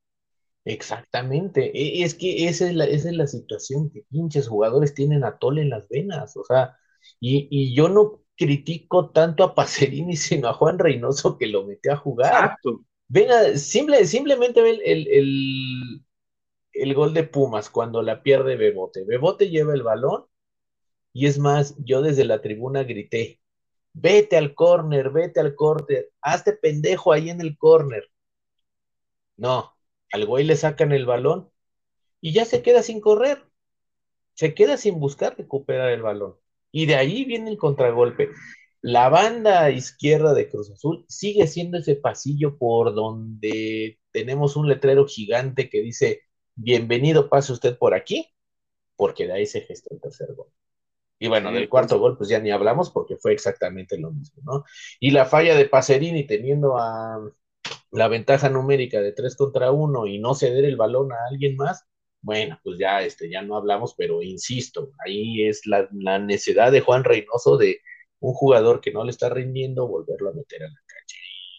Speaker 4: Exactamente, e- es que esa es la, esa es la situación que pinches jugadores tienen a Tole en las venas, o sea, y, y yo no critico tanto a Pacerini, sino a Juan Reynoso que lo metió a jugar.
Speaker 3: Exacto.
Speaker 4: Venga, simple, simplemente ve el, el, el, el gol de Pumas cuando la pierde Bebote. Bebote lleva el balón y es más, yo desde la tribuna grité, vete al córner, vete al córner, hazte pendejo ahí en el córner. No, al güey le sacan el balón y ya se queda sin correr, se queda sin buscar recuperar el balón. Y de ahí viene el contragolpe. La banda izquierda de Cruz Azul sigue siendo ese pasillo por donde tenemos un letrero gigante que dice, bienvenido, pase usted por aquí, porque de ahí se gesta el tercer gol. Y bueno,
Speaker 3: Sí,
Speaker 4: del
Speaker 3: pues,
Speaker 4: cuarto gol, pues ya ni hablamos porque fue exactamente lo mismo, ¿no? Y la falla de Pacerini teniendo a la ventaja numérica de tres contra uno y no ceder el balón a alguien más, bueno, pues ya, este, ya no hablamos, pero insisto, ahí es la, la necedad de Juan Reynoso de un jugador que no le está rindiendo, volverlo a meter a la cancha.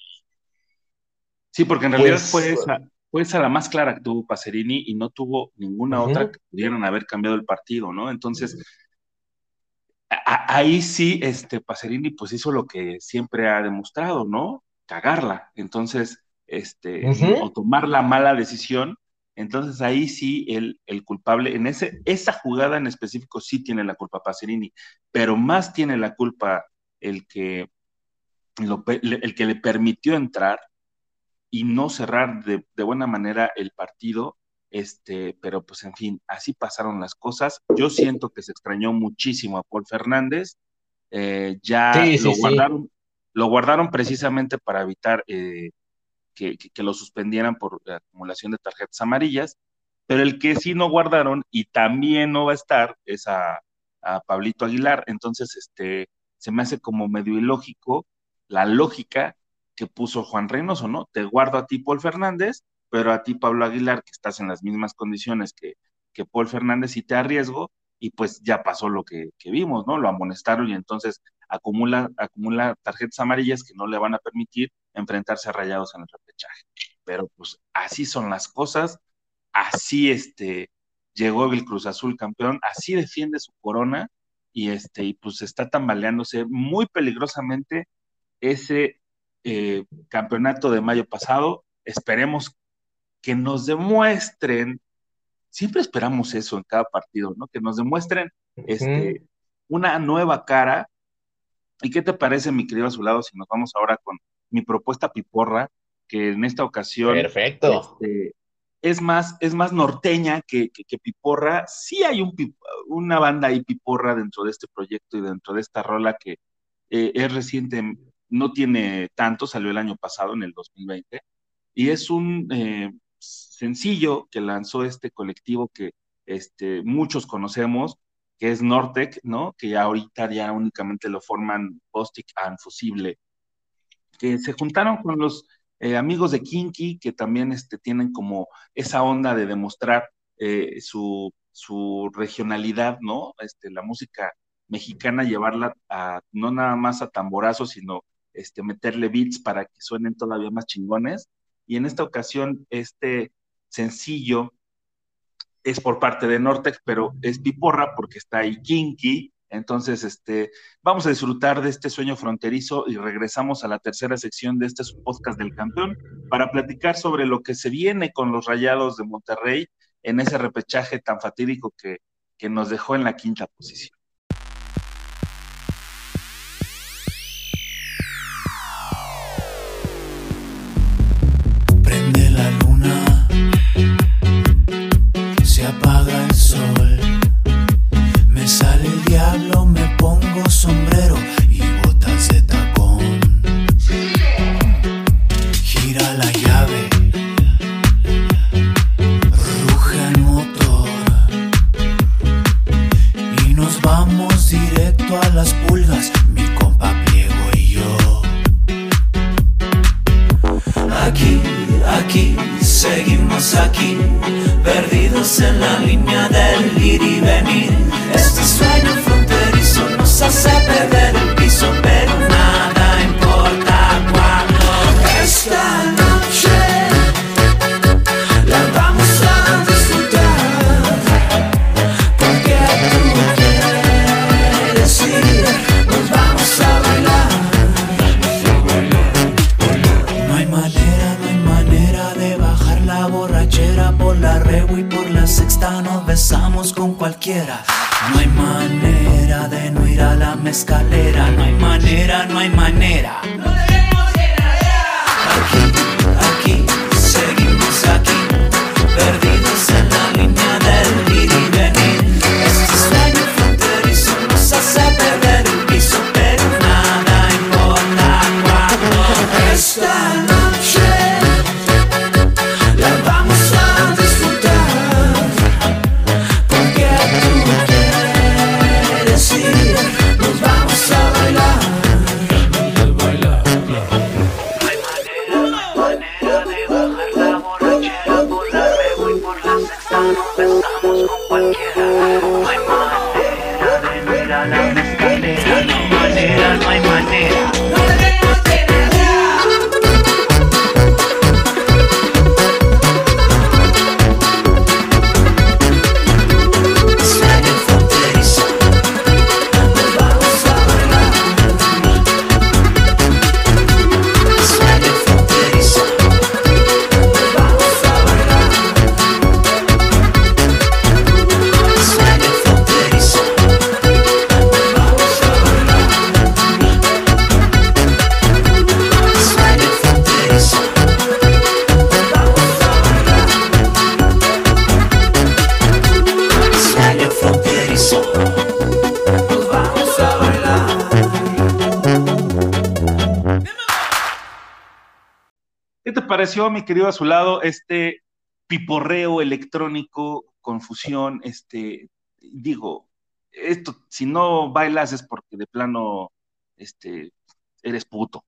Speaker 3: sí, porque en realidad
Speaker 4: Pues,
Speaker 3: fue esa, fue esa la más clara que tuvo Pacerini y no tuvo ninguna otra
Speaker 4: uh-huh,
Speaker 3: que pudieran haber cambiado el partido, ¿no? Entonces, a- ahí sí, este, Pacerini pues hizo lo que siempre ha demostrado, ¿no? Cagarla. Entonces, este,
Speaker 4: uh-huh,
Speaker 3: o tomar la mala decisión Entonces ahí sí el, el culpable, en ese, esa jugada en específico sí tiene la culpa Pacerini, pero más tiene la culpa el que, lo, el que le permitió entrar y no cerrar de, de buena manera el partido, este, pero pues en fin, así pasaron las cosas. Yo siento que se extrañó muchísimo a Paul Fernández, eh, ya
Speaker 4: Sí,
Speaker 3: lo
Speaker 4: sí,
Speaker 3: guardaron,
Speaker 4: sí.
Speaker 3: lo guardaron precisamente para evitar eh, que, que, que lo suspendieran por la acumulación de tarjetas amarillas, pero el que sí no guardaron y también no va a estar es a, a Pablito Aguilar. Entonces este, se me hace como medio ilógico la lógica que puso Juan Reynoso, ¿no? Te guardo a ti, Paul Fernández, pero a ti, Pablo Aguilar, que estás en las mismas condiciones que, que Paul Fernández y te arriesgo, y pues ya pasó lo que, que vimos, ¿no? Lo amonestaron y entonces acumula, acumula tarjetas amarillas que no le van a permitir enfrentarse a Rayados en el repechaje. Pero pues así son las cosas, así este, llegó el Cruz Azul campeón, así defiende su corona, y este, y pues está tambaleándose muy peligrosamente ese eh, campeonato de mayo pasado. Esperemos que nos demuestren, siempre esperamos eso en cada partido, ¿no? Que nos demuestren este,
Speaker 4: Uh-huh.
Speaker 3: una nueva cara. ¿Y qué te parece, mi querido Azulado, si nos vamos ahora con mi propuesta piporra, que en esta ocasión
Speaker 4: Perfecto.
Speaker 3: este, es, más, es más norteña que, que, que piporra? Sí hay un, una banda ahí piporra dentro de este proyecto y dentro de esta rola que eh, es reciente, no tiene tanto, salió el año pasado, en el dos mil veinte, y es un eh, sencillo que lanzó este colectivo que este, muchos conocemos, que es Nortec, ¿no? Que ya ahorita ya únicamente lo forman Bostic and Fusible, que se juntaron con los eh, amigos de Kinky, que también este, tienen como esa onda de demostrar eh, su, su regionalidad, ¿no? Este, la música mexicana, llevarla a, no nada más a tamborazos, sino este, meterle beats para que suenen todavía más chingones. Y en esta ocasión, este sencillo es por parte de Nortec, pero es piporra porque está ahí Kinky. Entonces, este, vamos a disfrutar de este sueño fronterizo y regresamos a la tercera sección de este podcast del campeón para platicar sobre lo que se viene con los Rayados de Monterrey en ese repechaje tan fatídico que, que nos dejó en la quinta posición.
Speaker 7: Prende la luna, se apaga el sol, me sale el diablo, me pongo sombrero y botas de tacón. Gira la llave, ruge el motor y nos vamos directo a las pulgas, mi compa Pliego y yo. Aquí, aquí, seguimos aquí, perdidos en la línea del ir y venir. Este sueño fronterizo nos hace perder el piso, pero nada importa cuando esta noche la vamos a disfrutar, porque tú quieres ir, nos vamos a bailar. No hay manera, no hay manera de bajar la borrachera, por la regu y por la sexta nos besamos con cualquiera. No hay manera de no ir a la mezcalera, no hay manera, no hay manera. Aquí, aquí, seguimos aquí, perdidos en la línea del ir y venir. Este sueño fronterizo nos hace perder el piso, pero nada importa cuando esta noche la vamos a disfrutar, porque tú quieres ir, nos vamos a bailar.
Speaker 3: pareció, mi querido Azulado, este piporreo electrónico, confusión, este, digo, esto, si no bailas es porque de plano, este, eres puto.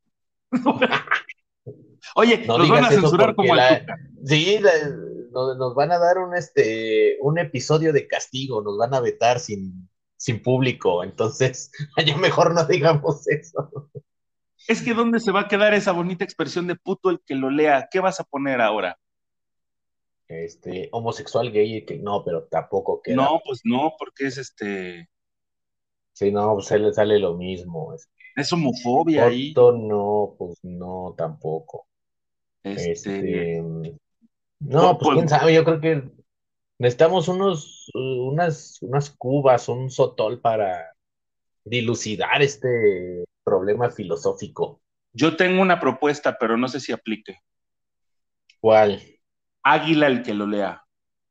Speaker 3: Oye,
Speaker 4: No
Speaker 3: los van a
Speaker 4: digas eso
Speaker 3: censurar
Speaker 4: porque
Speaker 3: como al
Speaker 4: la,
Speaker 3: Tuca.
Speaker 4: sí, la- nos, nos van a dar un este un episodio de castigo, nos van a vetar sin, sin público, entonces ya mejor no digamos eso.
Speaker 3: Es que ¿dónde se va a quedar esa bonita expresión de puto el que lo lea? ¿Qué vas a poner ahora?
Speaker 4: Este, homosexual gay, que no, pero tampoco queda.
Speaker 3: No, pues no, porque es este,
Speaker 4: Sí, no, pues se le sale lo mismo. Es-
Speaker 3: es homofobia ahí.
Speaker 4: Joto, no, pues no, tampoco.
Speaker 3: Este,
Speaker 4: Este, no,
Speaker 3: po-
Speaker 4: pues
Speaker 3: pues
Speaker 4: quién sabe, yo creo que necesitamos unos, uh, unas, unas cubas, un sotol para dilucidar este problema filosófico.
Speaker 3: yo tengo una propuesta, pero no sé si aplique.
Speaker 4: ¿Cuál?
Speaker 3: Águila el que lo lea.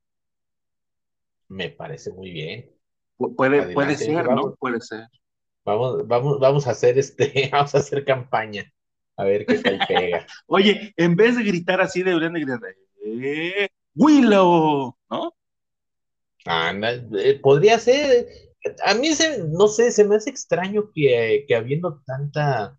Speaker 4: Me parece muy bien.
Speaker 3: Pu- Puede, puede
Speaker 4: Adelante,
Speaker 3: ser, ¿no?
Speaker 4: vamos,
Speaker 3: Puede ser.
Speaker 4: vamos, vamos, vamos a hacer este, vamos a hacer campaña. A ver qué tal pega.
Speaker 3: Oye, en vez de gritar así, deberían de gritar, ¡eh! ¡Willow! ¿No?
Speaker 4: Anda, eh, podría ser. A mí se, no sé, se me hace extraño que, que habiendo tanta,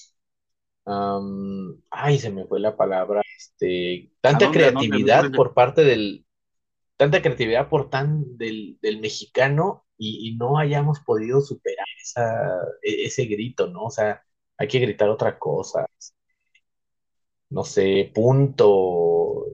Speaker 4: am, ay, se me fue la palabra, este,
Speaker 3: ¿A
Speaker 4: tanta
Speaker 3: dónde, a dónde? A ver,
Speaker 4: creatividad
Speaker 3: corrige.
Speaker 4: por parte del, tanta creatividad por tan del, del mexicano y, y no hayamos podido superar esa, e- ese grito, ¿no? O sea, hay que gritar otra cosa, no sé, punto,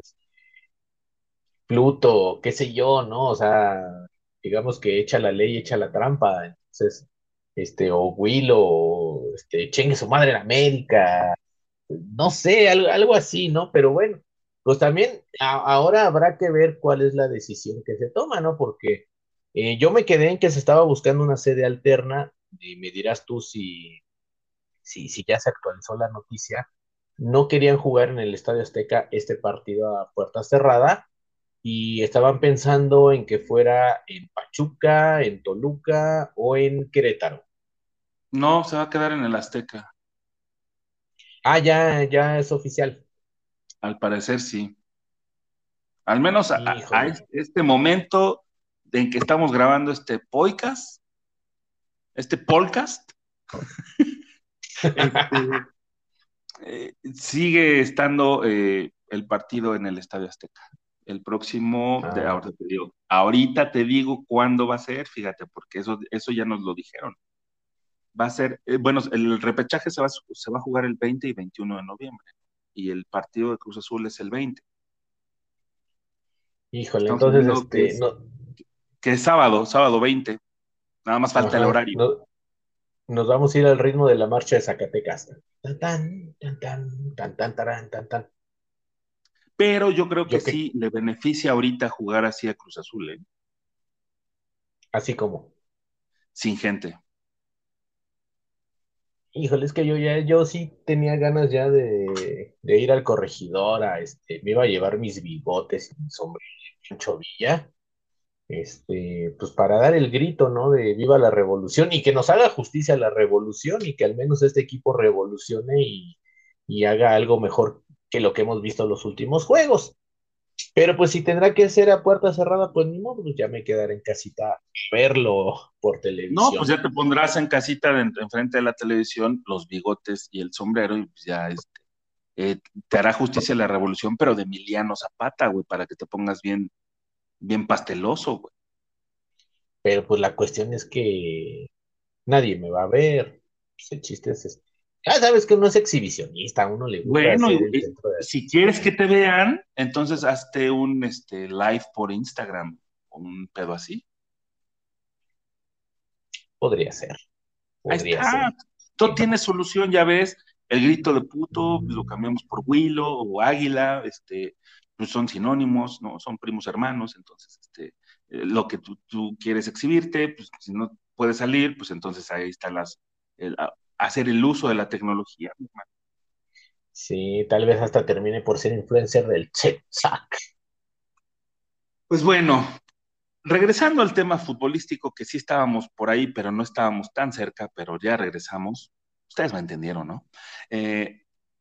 Speaker 4: Pluto, qué sé yo, ¿no? O sea, digamos que echa la ley, echa la trampa, entonces, este, o Willow, o este, chingue su madre en América, no sé, algo, algo así, ¿no? Pero bueno, pues también a- ahora habrá que ver cuál es la decisión que se toma, ¿no? Porque eh, yo me quedé en que se estaba buscando una sede alterna, y me dirás tú si, si, si ya se actualizó la noticia. No querían jugar en el Estadio Azteca este partido a puerta cerrada y estaban pensando en que fuera en Pachuca, en Toluca o en Querétaro.
Speaker 3: No, se va a quedar en el Azteca.
Speaker 4: Ah, ya, ya es oficial.
Speaker 3: Al parecer sí. Al menos a, a- a
Speaker 4: Híjole.
Speaker 3: este momento en que estamos grabando este podcast, este podcast, este, eh, sigue estando eh, el partido en el Estadio Azteca. El próximo, de,
Speaker 4: Ah,
Speaker 3: ahorita te digo, ahorita te digo cuándo va a ser, fíjate, porque eso, eso ya nos lo dijeron. Va a ser, eh, bueno, el repechaje se va, a su- se va a jugar el veinte y veintiuno de noviembre, y el partido de Cruz Azul es el veinte.
Speaker 4: híjole,
Speaker 3: Estamos
Speaker 4: entonces,
Speaker 3: hablando que
Speaker 4: este,
Speaker 3: es,
Speaker 4: no,
Speaker 3: que es sábado, sábado veinte. Nada más falta el
Speaker 4: ajá,
Speaker 3: horario.
Speaker 4: no- nos vamos a ir al ritmo de la marcha de Zacatecas. Tan, tan, tan, tan, tan, tan, tarán, tan, tan.
Speaker 3: Pero yo creo que
Speaker 4: Yo que,
Speaker 3: sí le beneficia ahorita jugar así a Cruz Azul, ¿eh?
Speaker 4: así como.
Speaker 3: Sin gente.
Speaker 4: Híjole, es que yo ya, yo sí tenía ganas ya de, de ir al corregidor, a este, me iba a llevar mis bigotes y mi sombrero de Pancho Villa, este, pues para dar el grito, ¿no? De viva la revolución y que nos haga justicia la revolución y que al menos este equipo revolucione y, y haga algo mejor que lo que hemos visto en los últimos juegos. Pero pues si tendrá que ser a puerta cerrada, pues ni modo, pues ya me quedaré en casita a verlo por
Speaker 3: No, pues
Speaker 4: televisión.
Speaker 3: ya te pondrás en casita de- enfrente de la televisión los bigotes y el sombrero y pues ya este, eh, te hará justicia la revolución, pero de Emiliano Zapata, güey, para que te pongas bien, bien pasteloso, güey.
Speaker 4: Pero pues la cuestión es que nadie me va a ver. Pues el chiste es este. Ya sabes que uno es exhibicionista, a uno le gusta
Speaker 3: Bueno, y,
Speaker 4: ser el
Speaker 3: y
Speaker 4: centro de
Speaker 3: si
Speaker 4: atención.
Speaker 3: quieres que te vean, entonces hazte un este, live por Instagram, un pedo así.
Speaker 4: Podría ser,
Speaker 3: Ahí
Speaker 4: podría
Speaker 3: está,
Speaker 4: ser.
Speaker 3: todo
Speaker 4: Que no.
Speaker 3: tiene solución, ya ves, el grito de puto lo cambiamos por Willow o Águila, este, pues son sinónimos, ¿no? Son primos hermanos, entonces, este, eh, lo que tú, tú quieres exhibirte, pues si no puedes salir, pues entonces ahí están las, el, a- hacer el uso de la tecnología, mi hermano.
Speaker 4: Sí, tal vez hasta termine por ser influencer del TikTok.
Speaker 3: Pues bueno, regresando al tema futbolístico, que sí estábamos por ahí, pero no estábamos tan cerca, pero ya regresamos. Ustedes me entendieron, ¿no? Eh,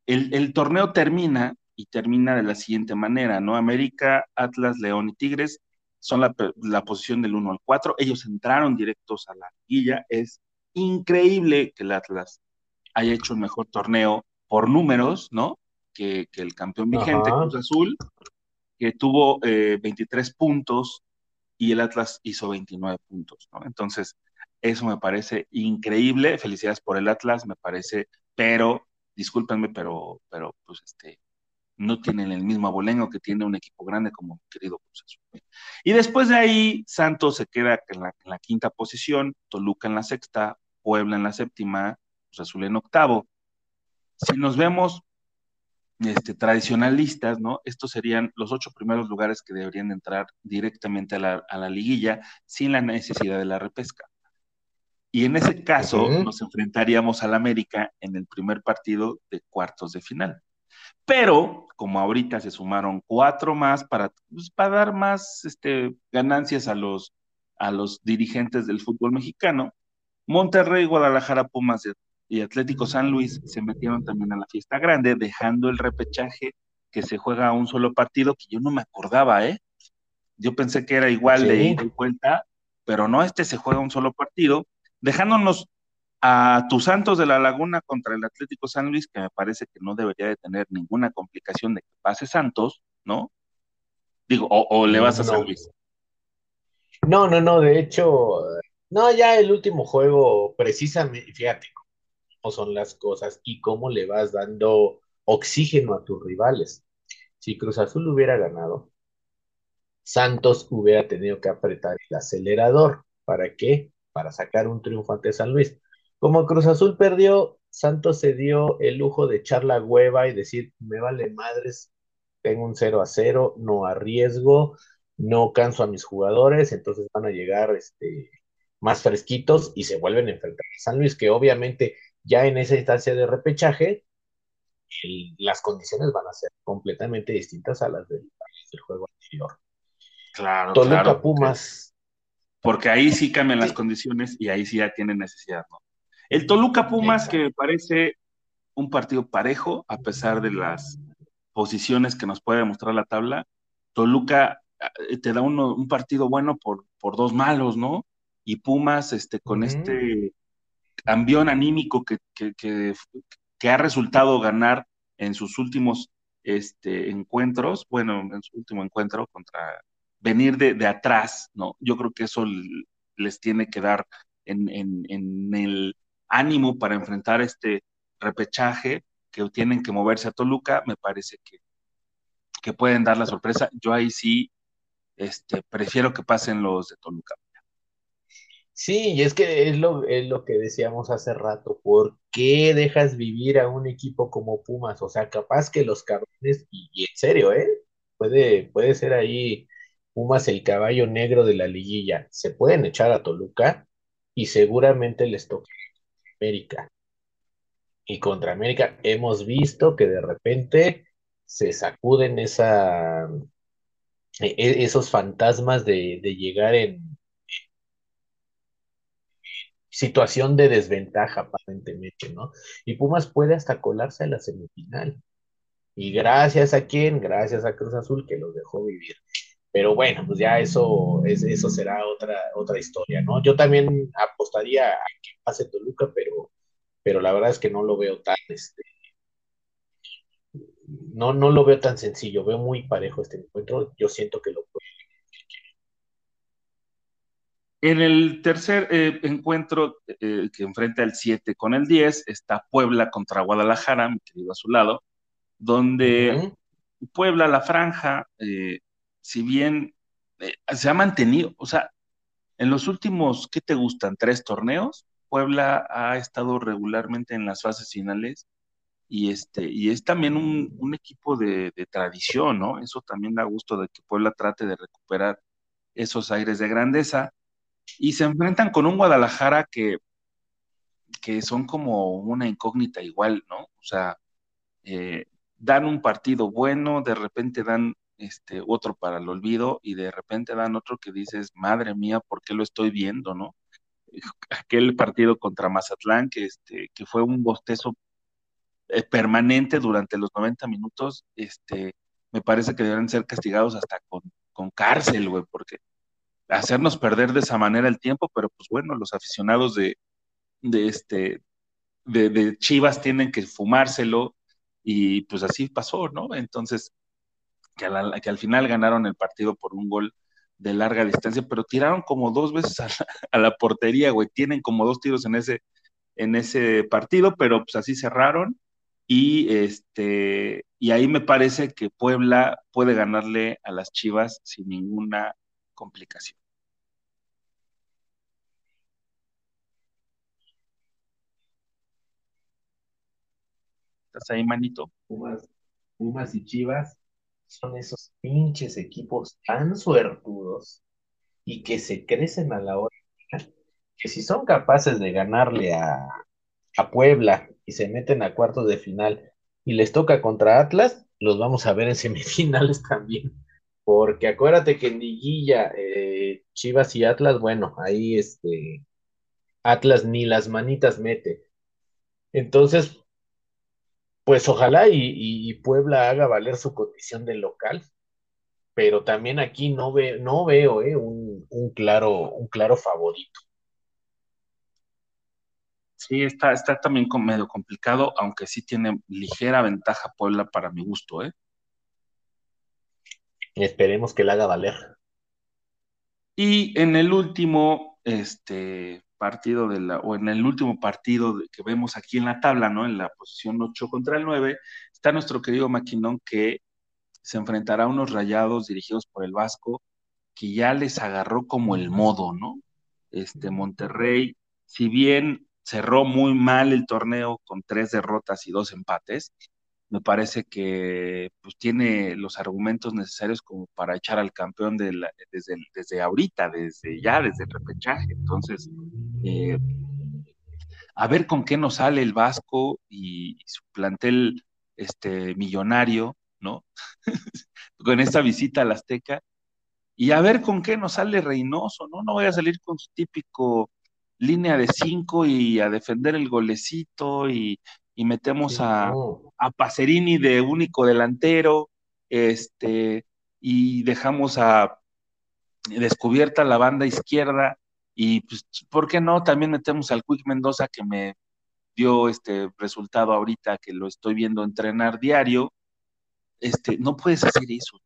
Speaker 3: el, el torneo termina y termina de la siguiente manera, ¿no? América, Atlas, León y Tigres son la, la posición del uno al cuatro. Ellos entraron directos a la liguilla. Es increíble que el Atlas haya hecho un mejor torneo por números, ¿no? Que, que el campeón vigente, Cruz
Speaker 4: Ajá.
Speaker 3: Azul, que tuvo eh, veintitrés puntos y el Atlas hizo veintinueve puntos, ¿no? Entonces, eso me parece increíble. Felicidades por el Atlas, me parece, pero, discúlpenme, pero, pero, pues, este, no tienen el mismo abolengo que tiene un equipo grande como mi querido Cruz Azul. Y después de ahí, Santos se queda en la, en la quinta posición, Toluca en la sexta, Puebla en la séptima, Cruz Azul en octavo. Si nos vemos este, tradicionalistas, ¿no? Estos serían los ocho primeros lugares que deberían entrar directamente a la, a la liguilla sin la necesidad de la repesca. Y en ese caso
Speaker 4: Ujú.
Speaker 3: nos enfrentaríamos al América en el primer partido de cuartos de final. Pero, como ahorita se sumaron cuatro más para, pues, para dar más este, ganancias a los, a los dirigentes del fútbol mexicano, Monterrey, Guadalajara, Pumas y Atlético San Luis se metieron también a la fiesta grande, dejando el repechaje que se juega a un solo partido, que yo no me acordaba, ¿eh? Yo pensé que era igual de
Speaker 4: Sí.
Speaker 3: ida y vuelta, pero no, este se juega un solo partido, dejándonos a tus Santos de la Laguna contra el Atlético San Luis, que me parece que no debería de tener ninguna complicación de que pase Santos, ¿no? Digo, o, o le vas a San
Speaker 4: No.
Speaker 3: Luis.
Speaker 4: No, no, no, de hecho, no, ya el último juego, precisamente, fíjate cómo son las cosas y cómo le vas dando oxígeno a tus rivales. Si Cruz Azul hubiera ganado, Santos hubiera tenido que apretar el acelerador. ¿Para qué? Para sacar un triunfo ante San Luis. Como Cruz Azul perdió, Santos se dio el lujo de echar la hueva y decir, me vale madres, tengo un cero a cero, no arriesgo, no canso a mis jugadores, entonces van a llegar este, más fresquitos y se vuelven a enfrentar a San Luis, que obviamente ya en esa instancia de repechaje, el, las condiciones van a ser completamente distintas a las del, del juego anterior.
Speaker 3: Claro,
Speaker 4: Toluca
Speaker 3: claro, porque,
Speaker 4: Pumas.
Speaker 3: porque ahí sí cambian las
Speaker 4: Sí,
Speaker 3: condiciones y ahí sí ya tienen necesidad, ¿no? El Toluca Pumas, que
Speaker 4: exacto.
Speaker 3: me parece un partido parejo, a pesar de las posiciones que nos puede mostrar la tabla. Toluca eh, te da uno, un partido bueno por, por dos malos, ¿no? Y Pumas, este, con
Speaker 4: Ujú.
Speaker 3: este ambión anímico que, que, que, que ha resultado ganar en sus últimos este, encuentros, bueno, en su último encuentro contra venir de, de atrás, ¿no? Yo creo que eso les tiene que dar en, en, en el ánimo para enfrentar este repechaje, que tienen que moverse a Toluca, me parece que, que pueden dar la sorpresa. Yo ahí sí este, prefiero que pasen los de Toluca.
Speaker 4: Sí, y es que es lo, es lo que decíamos hace rato, ¿por qué dejas vivir a un equipo como Pumas? O sea, capaz que los cabrones, y, y en serio, ¿eh? Puede, puede ser ahí Pumas el caballo negro de la liguilla. Se pueden echar a Toluca y seguramente les toca América. Y contra América hemos visto que de repente se sacuden esa, e- e- esos fantasmas de, de llegar en situación de desventaja aparentemente, ¿no? Y Pumas puede hasta colarse a la semifinal. Y gracias a quién, gracias a Cruz Azul que los dejó vivir. Pero bueno, pues ya eso, es, eso será otra, otra historia, ¿no? Yo también apostaría a que pase Toluca, pero, pero la verdad es que no lo veo tan, este, no, no lo veo tan sencillo, veo muy parejo este encuentro, yo siento que lo puede.
Speaker 3: En el tercer eh, encuentro eh, que enfrenta el siete con el diez está Puebla contra Guadalajara, mi querido a su lado, donde
Speaker 4: Ujú.
Speaker 3: Puebla, la franja, eh, si bien eh, se ha mantenido, o sea, en los últimos, ¿qué te gustan? Tres torneos, Puebla ha estado regularmente en las fases finales y, este, y es también un, un equipo de, de tradición, ¿no? Eso también da gusto de que Puebla trate de recuperar esos aires de grandeza y se enfrentan con un Guadalajara que, que son como una incógnita igual, ¿no? O sea, eh, dan un partido bueno, de repente dan este otro para el olvido y de repente dan otro que dices, madre mía, ¿por qué lo estoy viendo, no? Aquel partido contra Mazatlán que este que fue un bostezo eh, permanente durante los noventa minutos, este, me parece que deben ser castigados hasta con, con cárcel, güey, porque hacernos perder de esa manera el tiempo, pero pues bueno, los aficionados de, de este, de, de Chivas tienen que fumárselo, y pues así pasó, ¿no? Entonces, que, a la, que al final ganaron el partido por un gol de larga distancia, pero tiraron como dos veces a la, a la portería, güey, tienen como dos tiros en ese, en ese partido, pero pues así cerraron, y este, y ahí me parece que Puebla puede ganarle a las Chivas sin ninguna complicación. ¿Estás ahí, manito?
Speaker 4: Pumas, Pumas y Chivas son esos pinches equipos tan suertudos y que se crecen a la hora que si son capaces de ganarle a, a Puebla y se meten a cuartos de final y les toca contra Atlas, los vamos a ver en semifinales también. Porque acuérdate que en liguilla, eh, Chivas y Atlas, bueno, ahí este, Atlas ni las manitas mete. Entonces, pues ojalá y, y- y Puebla haga valer su condición de local, pero también aquí no, ve, no veo eh, un, un claro, un claro favorito.
Speaker 3: Sí, está, está también con medio complicado, aunque sí tiene ligera ventaja Puebla para mi gusto, ¿eh?
Speaker 4: Esperemos que la haga valer.
Speaker 3: Y en el último, este, partido de la, o en el último partido de- que vemos aquí en la tabla, ¿no? En la posición ocho contra el nueve, está nuestro querido Maquinón, que se enfrentará a unos Rayados dirigidos por el Vasco, que ya les agarró como el modo, ¿no? Este Monterrey, si bien cerró muy mal el torneo con tres derrotas y dos empates, me parece que pues, tiene los argumentos necesarios como para echar al campeón de la- desde, desde ahorita, desde ya, desde el repechaje. Entonces, eh, a ver con qué nos sale el Vasco y, y su plantel este, millonario, ¿no? Con esta visita al Azteca, y a ver con qué nos sale Reynoso, ¿no? No voy a salir con su típico línea de cinco y a defender el golecito, y, y metemos
Speaker 4: Sí,
Speaker 3: a,
Speaker 4: no.
Speaker 3: a Pacerini de único delantero, este, y dejamos a descubierta la banda izquierda, y pues, ¿por qué no? También metemos al Quick Mendoza, que me dio este resultado ahorita que lo estoy viendo entrenar diario. Este, no puedes hacer eso.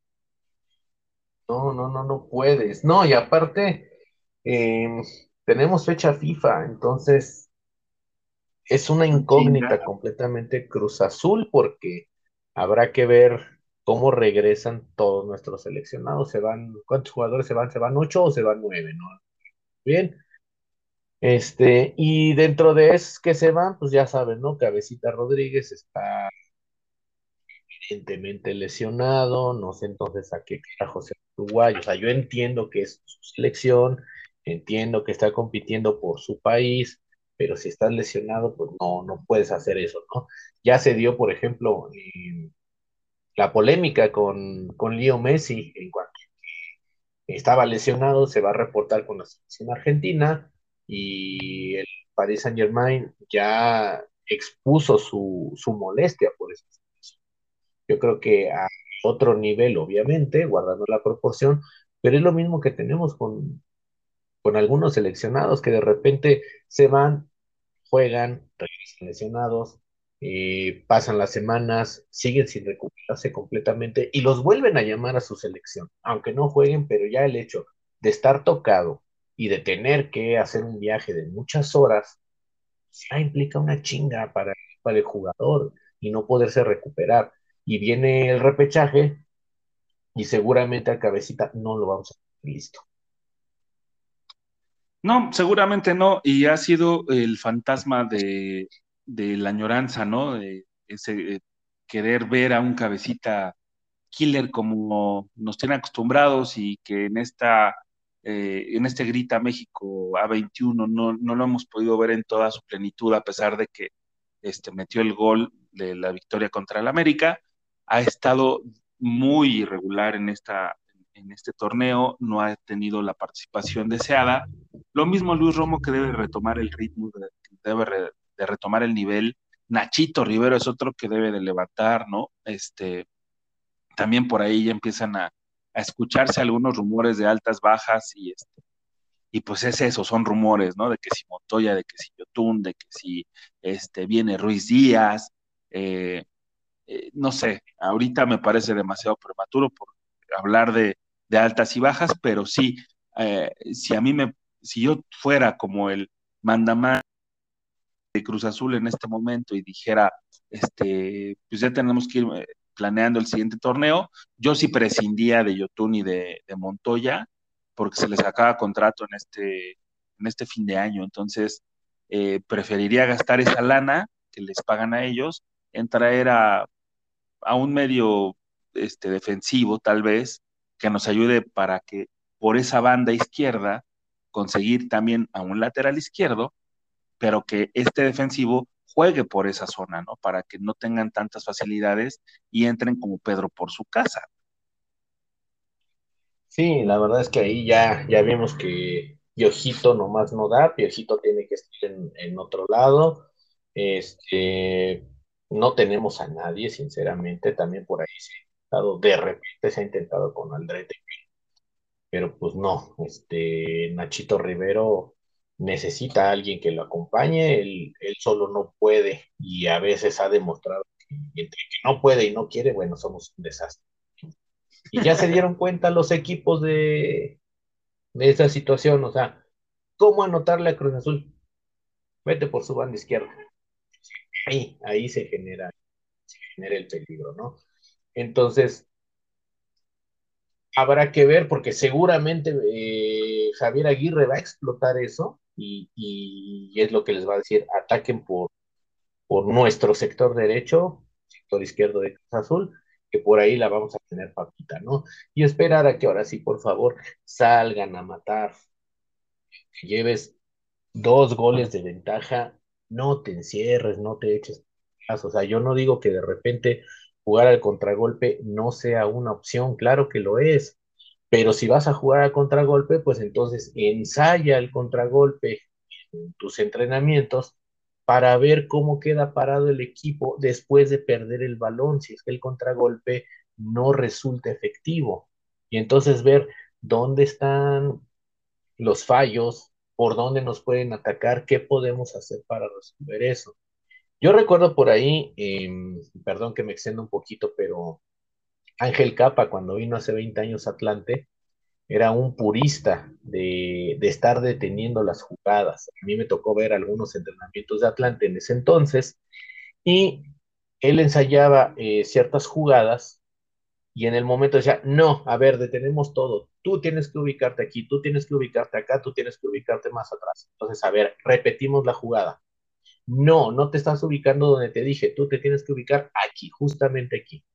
Speaker 4: No, no, no, no puedes. No, y aparte, eh, tenemos fecha FIFA, entonces es una
Speaker 3: Chinga.
Speaker 4: incógnita completamente Cruz Azul porque habrá que ver cómo regresan todos nuestros seleccionados. Se van, ¿cuántos jugadores se van? ¿Se van ocho o se van nueve? ¿No? Bien. Este, y dentro de esos que se van, pues ya saben, ¿no? Cabecita Rodríguez está evidentemente lesionado, no sé entonces a qué carajo se Uruguay. O sea, yo entiendo que es su selección, entiendo que está compitiendo por su país, pero si estás lesionado, pues no, no puedes hacer eso, ¿no? Ya se dio, por ejemplo, eh, la polémica con, con Leo Messi en cuanto estaba lesionado, se va a reportar con la selección argentina y el Paris Saint-Germain ya expuso su, su molestia por eso. Yo creo que a otro nivel, obviamente, guardando la proporción, pero es lo mismo que tenemos con, con algunos seleccionados que de repente se van, juegan, regresan lesionados, eh, pasan las semanas, siguen sin recuperarse completamente y los vuelven a llamar a su selección, aunque no jueguen, pero ya el hecho de estar tocado y de tener que hacer un viaje de muchas horas, ya implica una chinga para, para el jugador y no poderse recuperar. Y viene el repechaje y seguramente al cabecita no lo vamos a tener listo.
Speaker 3: No, seguramente no, y ha sido el fantasma de, de la añoranza, ¿no? De ese eh, querer ver a un cabecita killer como nos tiene acostumbrados, y que en esta eh, en este Grita México A veintiuno no, no lo hemos podido ver en toda su plenitud, a pesar de que este, metió el gol de la victoria contra el América. Ha estado muy irregular en, esta, en este torneo, no ha tenido la participación deseada. Lo mismo Luis Romo, que debe retomar el ritmo, de, debe re, de retomar el nivel, Nachito Rivero es otro que debe de levantar, ¿no? Este, también por ahí ya empiezan a, a escucharse algunos rumores de altas, bajas, y este, y pues es eso, son rumores, ¿no? De que si Montoya, de que si Yotun, de que si este, viene Ruiz Díaz, eh, eh, no sé, ahorita me parece demasiado prematuro por hablar de, de altas y bajas, pero sí, eh, si a mí me, si yo fuera como el mandamás de Cruz Azul en este momento y dijera, este, pues ya tenemos que ir eh, planeando el siguiente torneo, yo sí prescindía de Yotun y de, de Montoya, porque se les acaba contrato en este, en este fin de año, entonces eh, preferiría gastar esa lana que les pagan a ellos en traer a, a un medio este, defensivo, tal vez, que nos ayude para que por esa banda izquierda conseguir también a un lateral izquierdo, pero que este defensivo juegue por esa zona, ¿no? Para que no tengan tantas facilidades y entren como Pedro por su casa.
Speaker 4: Sí, la verdad es que ahí ya, ya vimos que Piojito nomás no da, Piojito tiene que estar en, en otro lado. Este, no tenemos a nadie, sinceramente, también por ahí se ha intentado, de repente se ha intentado con Aldrete, pero pues no, este, Nachito Rivero necesita a alguien que lo acompañe, él, él solo no puede y a veces ha demostrado que entre que no puede y no quiere, bueno, somos un desastre. Y ya se dieron cuenta los equipos de, de esa situación, o sea, ¿cómo anotarle a Cruz Azul? Vete por su banda izquierda. Ahí, ahí se genera, se genera el peligro, ¿no? Entonces, habrá que ver, porque seguramente eh, Javier Aguirre va a explotar eso y, y, es lo que les va a decir, ataquen por, por nuestro sector derecho, sector izquierdo de Cruz Azul, que por ahí la vamos a tener papita, ¿no? Y esperar a que ahora sí, por favor, salgan a matar, que lleves dos goles de ventaja, no te encierres, no te eches. O sea, yo no digo que de repente jugar al contragolpe no sea una opción, claro que lo es, pero si vas a jugar al contragolpe, pues entonces ensaya el contragolpe en tus entrenamientos para ver cómo queda parado el equipo después de perder el balón, si es que el contragolpe no resulta efectivo. Y entonces ver dónde están los fallos, por dónde nos pueden atacar, qué podemos hacer para resolver eso. Yo recuerdo por ahí, eh, perdón que me extienda un poquito, pero Ángel Capa, cuando vino hace veinte años a Atlante, era un purista de, de estar deteniendo las jugadas. A mí me tocó ver algunos entrenamientos de Atlante en ese entonces y él ensayaba eh, ciertas jugadas y en el momento decía, no, a ver, detenemos todo, tú tienes que ubicarte aquí, tú tienes que ubicarte acá, tú tienes que ubicarte más atrás. Entonces, a ver, repetimos la jugada. No, no te estás ubicando donde te dije, tú te tienes que ubicar aquí, justamente aquí.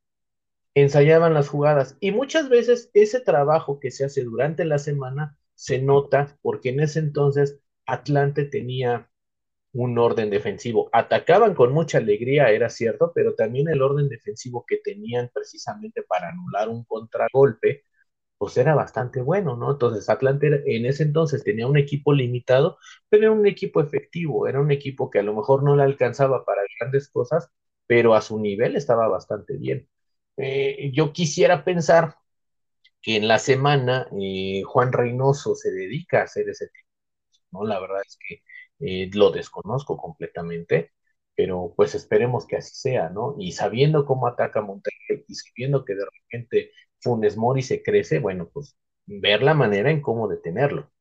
Speaker 4: Ensayaban las jugadas y muchas veces ese trabajo que se hace durante la semana se nota porque en ese entonces Atlante tenía un orden defensivo. Atacaban con mucha alegría, era cierto, pero también el orden defensivo que tenían precisamente para anular un contragolpe, pues era bastante bueno, ¿no? Entonces Atlante era- en ese entonces tenía un equipo limitado, pero era un equipo efectivo, era un equipo que a lo mejor no le alcanzaba para grandes cosas, pero a su nivel estaba bastante bien. Eh, yo quisiera pensar que en la semana eh, Juan Reynoso se dedica a hacer ese tipo, ¿no? La verdad es que eh, lo desconozco completamente, pero pues esperemos que así sea, ¿no? Y sabiendo cómo ataca Monterrey y sabiendo que de repente Funes Mori se crece, bueno, pues ver la manera en cómo detenerlo.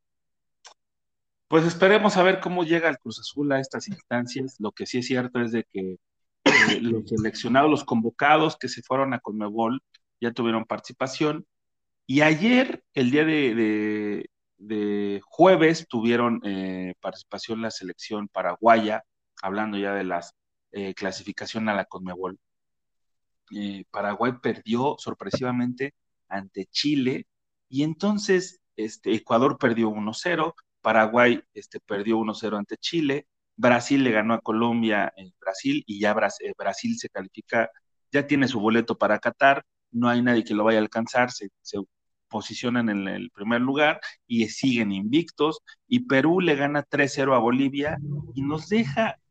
Speaker 3: Pues esperemos a ver cómo llega el Cruz Azul a estas instancias. Lo que sí es cierto es de que eh, los seleccionados, los convocados que se fueron a Conmebol ya tuvieron participación. Y ayer, el día de, de, de jueves, tuvieron eh, participación la selección paraguaya, hablando ya de la eh, clasificación a la Conmebol. Eh, Paraguay perdió sorpresivamente ante Chile y entonces este, Ecuador perdió uno cero, Paraguay este, perdió uno cero ante Chile, Brasil le ganó a Colombia en Brasil y ya Bras eh, Brasil se califica, ya tiene su boleto para Qatar, no hay nadie que lo vaya a alcanzar, se, se posicionan en el primer lugar y siguen invictos y Perú le gana tres cero a Bolivia y nos deja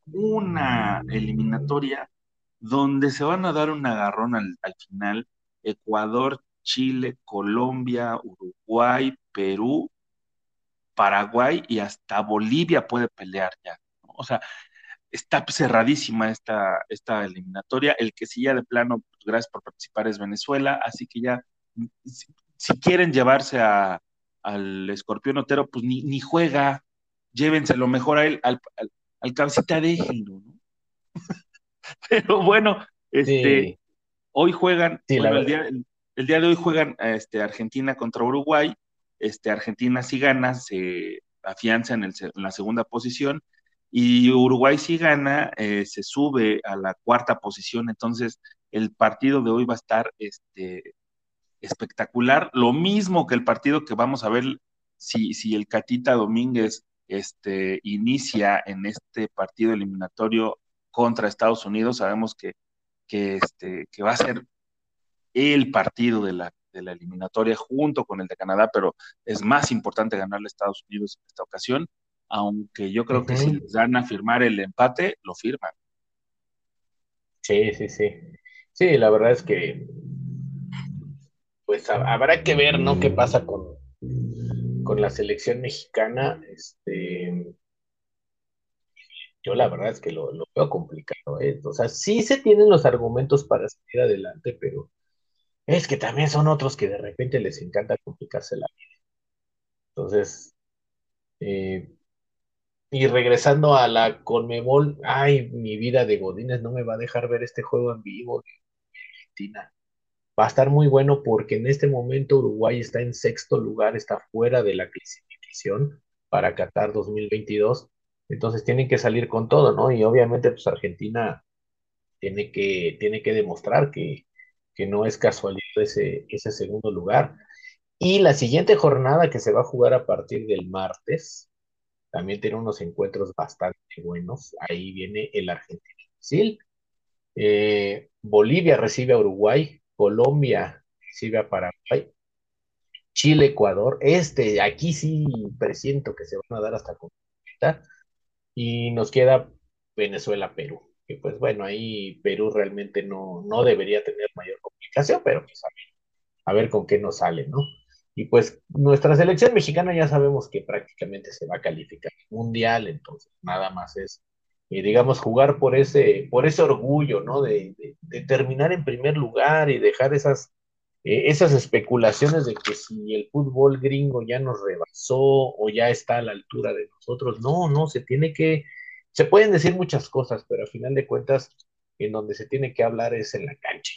Speaker 3: una eliminatoria donde se van a dar un agarrón al, al final. Ecuador, Chile, Colombia, Uruguay, Perú, Paraguay y hasta Bolivia puede pelear ya, ¿no? O sea, está cerradísima esta, esta eliminatoria. El que sí ya de plano, pues, gracias por participar, es Venezuela, así que ya, si, si quieren llevarse a, al Escorpión Otero, pues ni, ni juega, llévenselo mejor a él, al, al, al cabecita déjenlo, ¿no? Pero bueno, este,
Speaker 4: Sí,
Speaker 3: hoy juegan,
Speaker 4: sí, la
Speaker 3: bueno, el
Speaker 4: verdad.
Speaker 3: día, el, el día de hoy juegan este, Argentina contra Uruguay. Este, Argentina si gana, se afianza en, el, en la segunda posición, y Uruguay si gana, eh, se sube a la cuarta posición. Entonces, el partido de hoy va a estar este, espectacular, lo mismo que el partido que vamos a ver si, si el Catita Domínguez este, inicia en este partido eliminatorio contra Estados Unidos. Sabemos que, que, este, que va a ser el partido de la, de la eliminatoria junto con el de Canadá, pero es más importante ganarle a Estados Unidos en esta ocasión, aunque yo creo que si
Speaker 4: Ujú.
Speaker 3: les dan a firmar el empate, lo firman.
Speaker 4: Sí, sí, sí. Sí, la verdad es que pues ha- habrá que ver, ¿no? ¿Qué pasa con, con la selección mexicana? Este, yo la verdad es que lo, lo veo complicado, ¿eh? O sea, sí se tienen los argumentos para salir adelante, pero es que también son otros que de repente les encanta complicarse la vida. Entonces, eh, y regresando a la Conmebol, ay, mi vida de Godínez no me va a dejar ver este juego en vivo de Argentina. Va a estar muy bueno porque en este momento Uruguay está en sexto lugar, está fuera de la clasificación para Qatar dos mil veintidós. Entonces tienen que salir con todo, ¿no? Y obviamente pues Argentina tiene que, tiene que demostrar que, que no es casualidad ese, ese segundo lugar. Y la siguiente jornada que se va a jugar a partir del martes, también tiene unos encuentros bastante buenos. Ahí viene el Argentina-Brasil. Eh, Bolivia recibe a Uruguay, Colombia recibe a Paraguay, Chile, Ecuador. Este, aquí sí presiento que se van a dar hasta con y nos queda Venezuela, Perú. Que pues bueno, ahí Perú realmente no, no debería tener mayor complicación, pero pues a ver, a ver con qué nos sale, ¿no? Y pues nuestra selección mexicana ya sabemos que prácticamente se va a calificar mundial, entonces nada más es, eh, digamos, jugar por ese, por ese orgullo, ¿no? De, de, de terminar en primer lugar y dejar esas, eh, esas especulaciones de que si el fútbol gringo ya nos rebasó o ya está a la altura de nosotros. No, no, se tiene que, se pueden decir muchas cosas, pero al final de cuentas, en donde se tiene que hablar es en la cancha.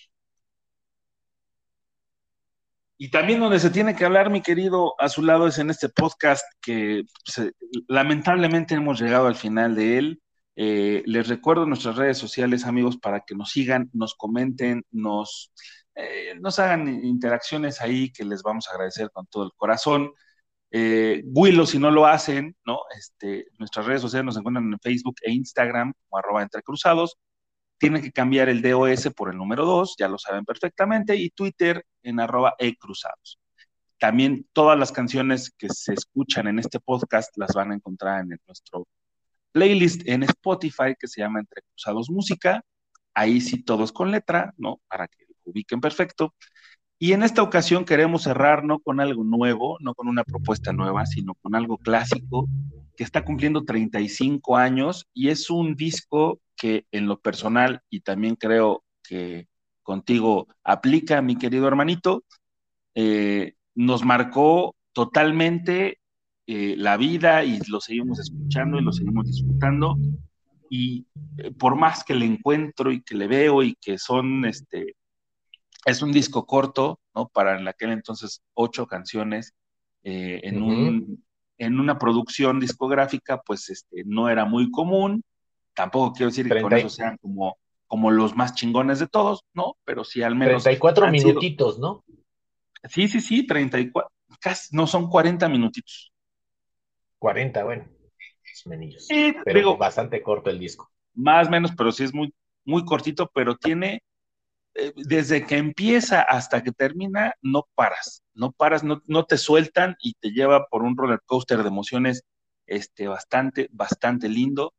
Speaker 3: Y también donde se tiene que hablar, mi querido, a su lado es en este podcast que se, lamentablemente hemos llegado al final de él. Eh, les recuerdo nuestras redes sociales, amigos, para que nos sigan, nos comenten, nos, eh, nos hagan interacciones ahí, que les vamos a agradecer con todo el corazón. Eh, Willow, si no lo hacen, ¿no? Este, nuestras redes sociales nos encuentran en Facebook e Instagram como arroba entrecruzados. Tienen que cambiar el D O S por el número dos, ya lo saben perfectamente, y Twitter en arroba ecruzados. También todas las canciones que se escuchan en este podcast las van a encontrar en el, nuestro playlist en Spotify que se llama Entre Cruzados Música. Ahí sí todos con letra, ¿no? Para que lo ubiquen perfecto. Y en esta ocasión queremos cerrar no con algo nuevo, no con una propuesta nueva, sino con algo clásico que está cumpliendo treinta y cinco años, y es un disco que en lo personal, y también creo que contigo aplica, mi querido hermanito, eh, nos marcó totalmente eh, la vida, y lo seguimos escuchando y lo seguimos disfrutando. Y eh, por más que le encuentro y que le veo y que son este, es un disco corto, ¿no? Para en aquel entonces ocho canciones, eh, en,
Speaker 4: Ujú.
Speaker 3: un, en una producción discográfica, pues este, no era muy común. Tampoco quiero decir que con
Speaker 4: treinta
Speaker 3: eso
Speaker 4: y-
Speaker 3: sean como, como los más chingones de todos, ¿no? Pero sí al menos
Speaker 4: treinta y cuatro
Speaker 3: han sido,
Speaker 4: minutitos, ¿no?
Speaker 3: sí, sí, sí, treinta y cuatro, casi, no son cuarenta minutitos.
Speaker 4: Cuarenta, bueno, es menillos,
Speaker 3: Sí,
Speaker 4: pero
Speaker 3: digo,
Speaker 4: bastante corto el disco.
Speaker 3: más o menos, pero sí es muy, muy cortito, pero tiene eh, desde que empieza hasta que termina, no paras, no paras, no, no te sueltan, y te lleva por un roller coaster de emociones este, bastante, bastante lindo.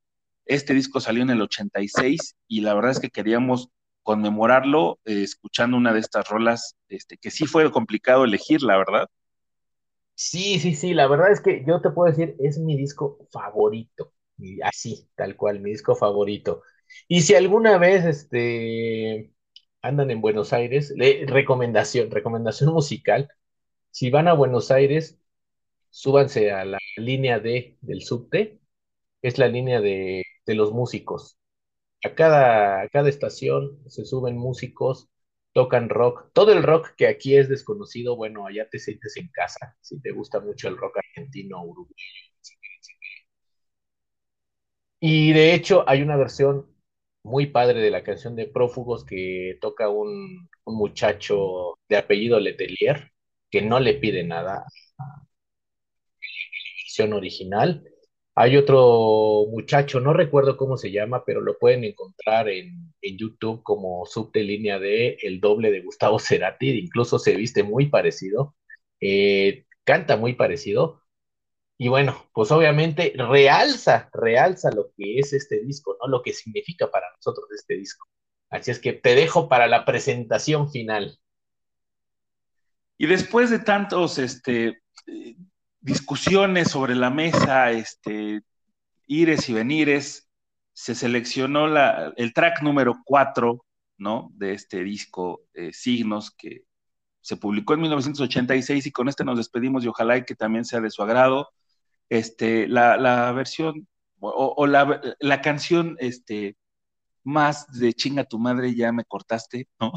Speaker 3: Este disco salió en el ochenta y seis y la verdad es que queríamos conmemorarlo eh, escuchando una de estas rolas, este, que sí fue complicado elegir, la verdad.
Speaker 4: Sí, sí, sí, la verdad es que yo te puedo decir, es mi disco favorito, y así, tal cual, mi disco favorito. Y si alguna vez este, andan en Buenos Aires, le- recomendación, recomendación musical, si van a Buenos Aires, súbanse a la línea D del subte, es la línea de, de los músicos. A cada, a cada estación se suben músicos, tocan rock. Todo el rock que aquí es desconocido, bueno, allá te sientes en casa, si te gusta mucho el rock argentino, uruguayo. Y de hecho hay una versión muy padre de la canción de Prófugos que toca un, un muchacho de apellido Letelier, que no le pide nada a la versión original. Hay otro muchacho, no recuerdo cómo se llama, pero lo pueden encontrar en, en YouTube como subte línea de el doble de Gustavo Cerati, incluso se viste muy parecido, eh, canta muy parecido, y bueno, pues obviamente realza, realza lo que es este disco, ¿no? Lo que significa para nosotros este disco. Así es que te dejo para la presentación final.
Speaker 3: Y después de tantos este, eh, discusiones sobre la mesa, este, ires y venires, se seleccionó la, el track número cuatro, ¿no? De este disco, eh, Signos, que se publicó en mil novecientos ochenta y seis, y con este nos despedimos y ojalá y que también sea de su agrado. Este, la, la versión o, o la, la canción este, más de Chinga tu madre, ya me cortaste, ¿no?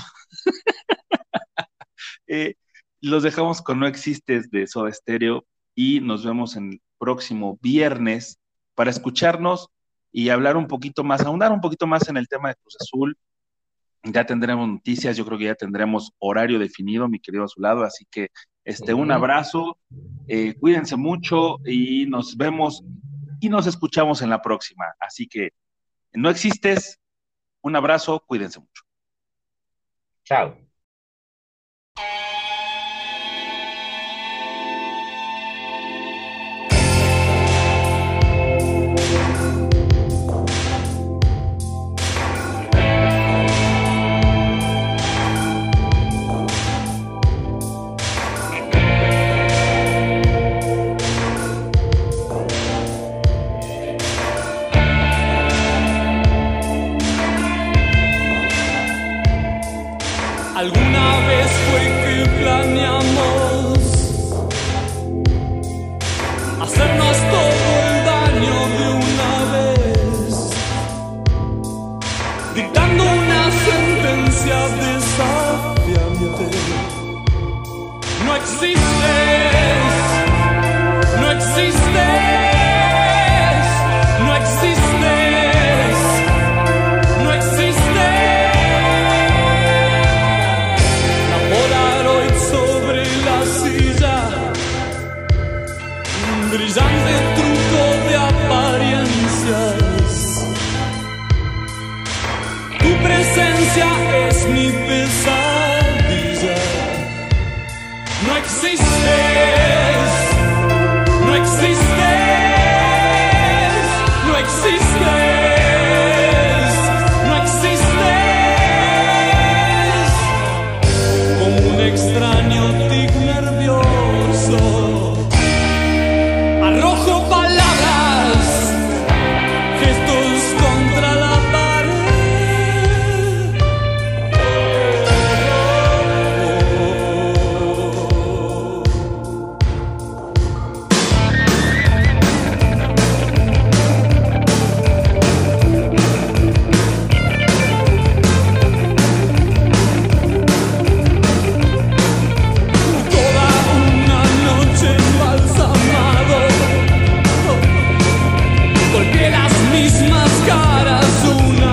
Speaker 3: eh, los dejamos con No Existes de Soda Stereo y nos vemos el próximo viernes para escucharnos y hablar un poquito más, ahondar un poquito más en el tema de Cruz Azul. Ya tendremos noticias, yo creo que ya tendremos horario definido, mi querido Azulado, así que este, un abrazo, eh, cuídense mucho y nos vemos y nos escuchamos en la próxima. Así que No Existes, un abrazo, cuídense mucho.
Speaker 4: Chao.
Speaker 7: Alguna vez fue que planeamos hacernos todo el daño de una vez, dictando una sentencia desafiante. No existes, no existes, no existes. Brillante truco de apariencias. Tu presencia es mi pesadilla. No existes, no existes, no existes, no existes. Como un extraño tic nervioso. Arrojo palabras, gestos contra la pared. Toda una noche embalsamado, golpeé las mismas caras una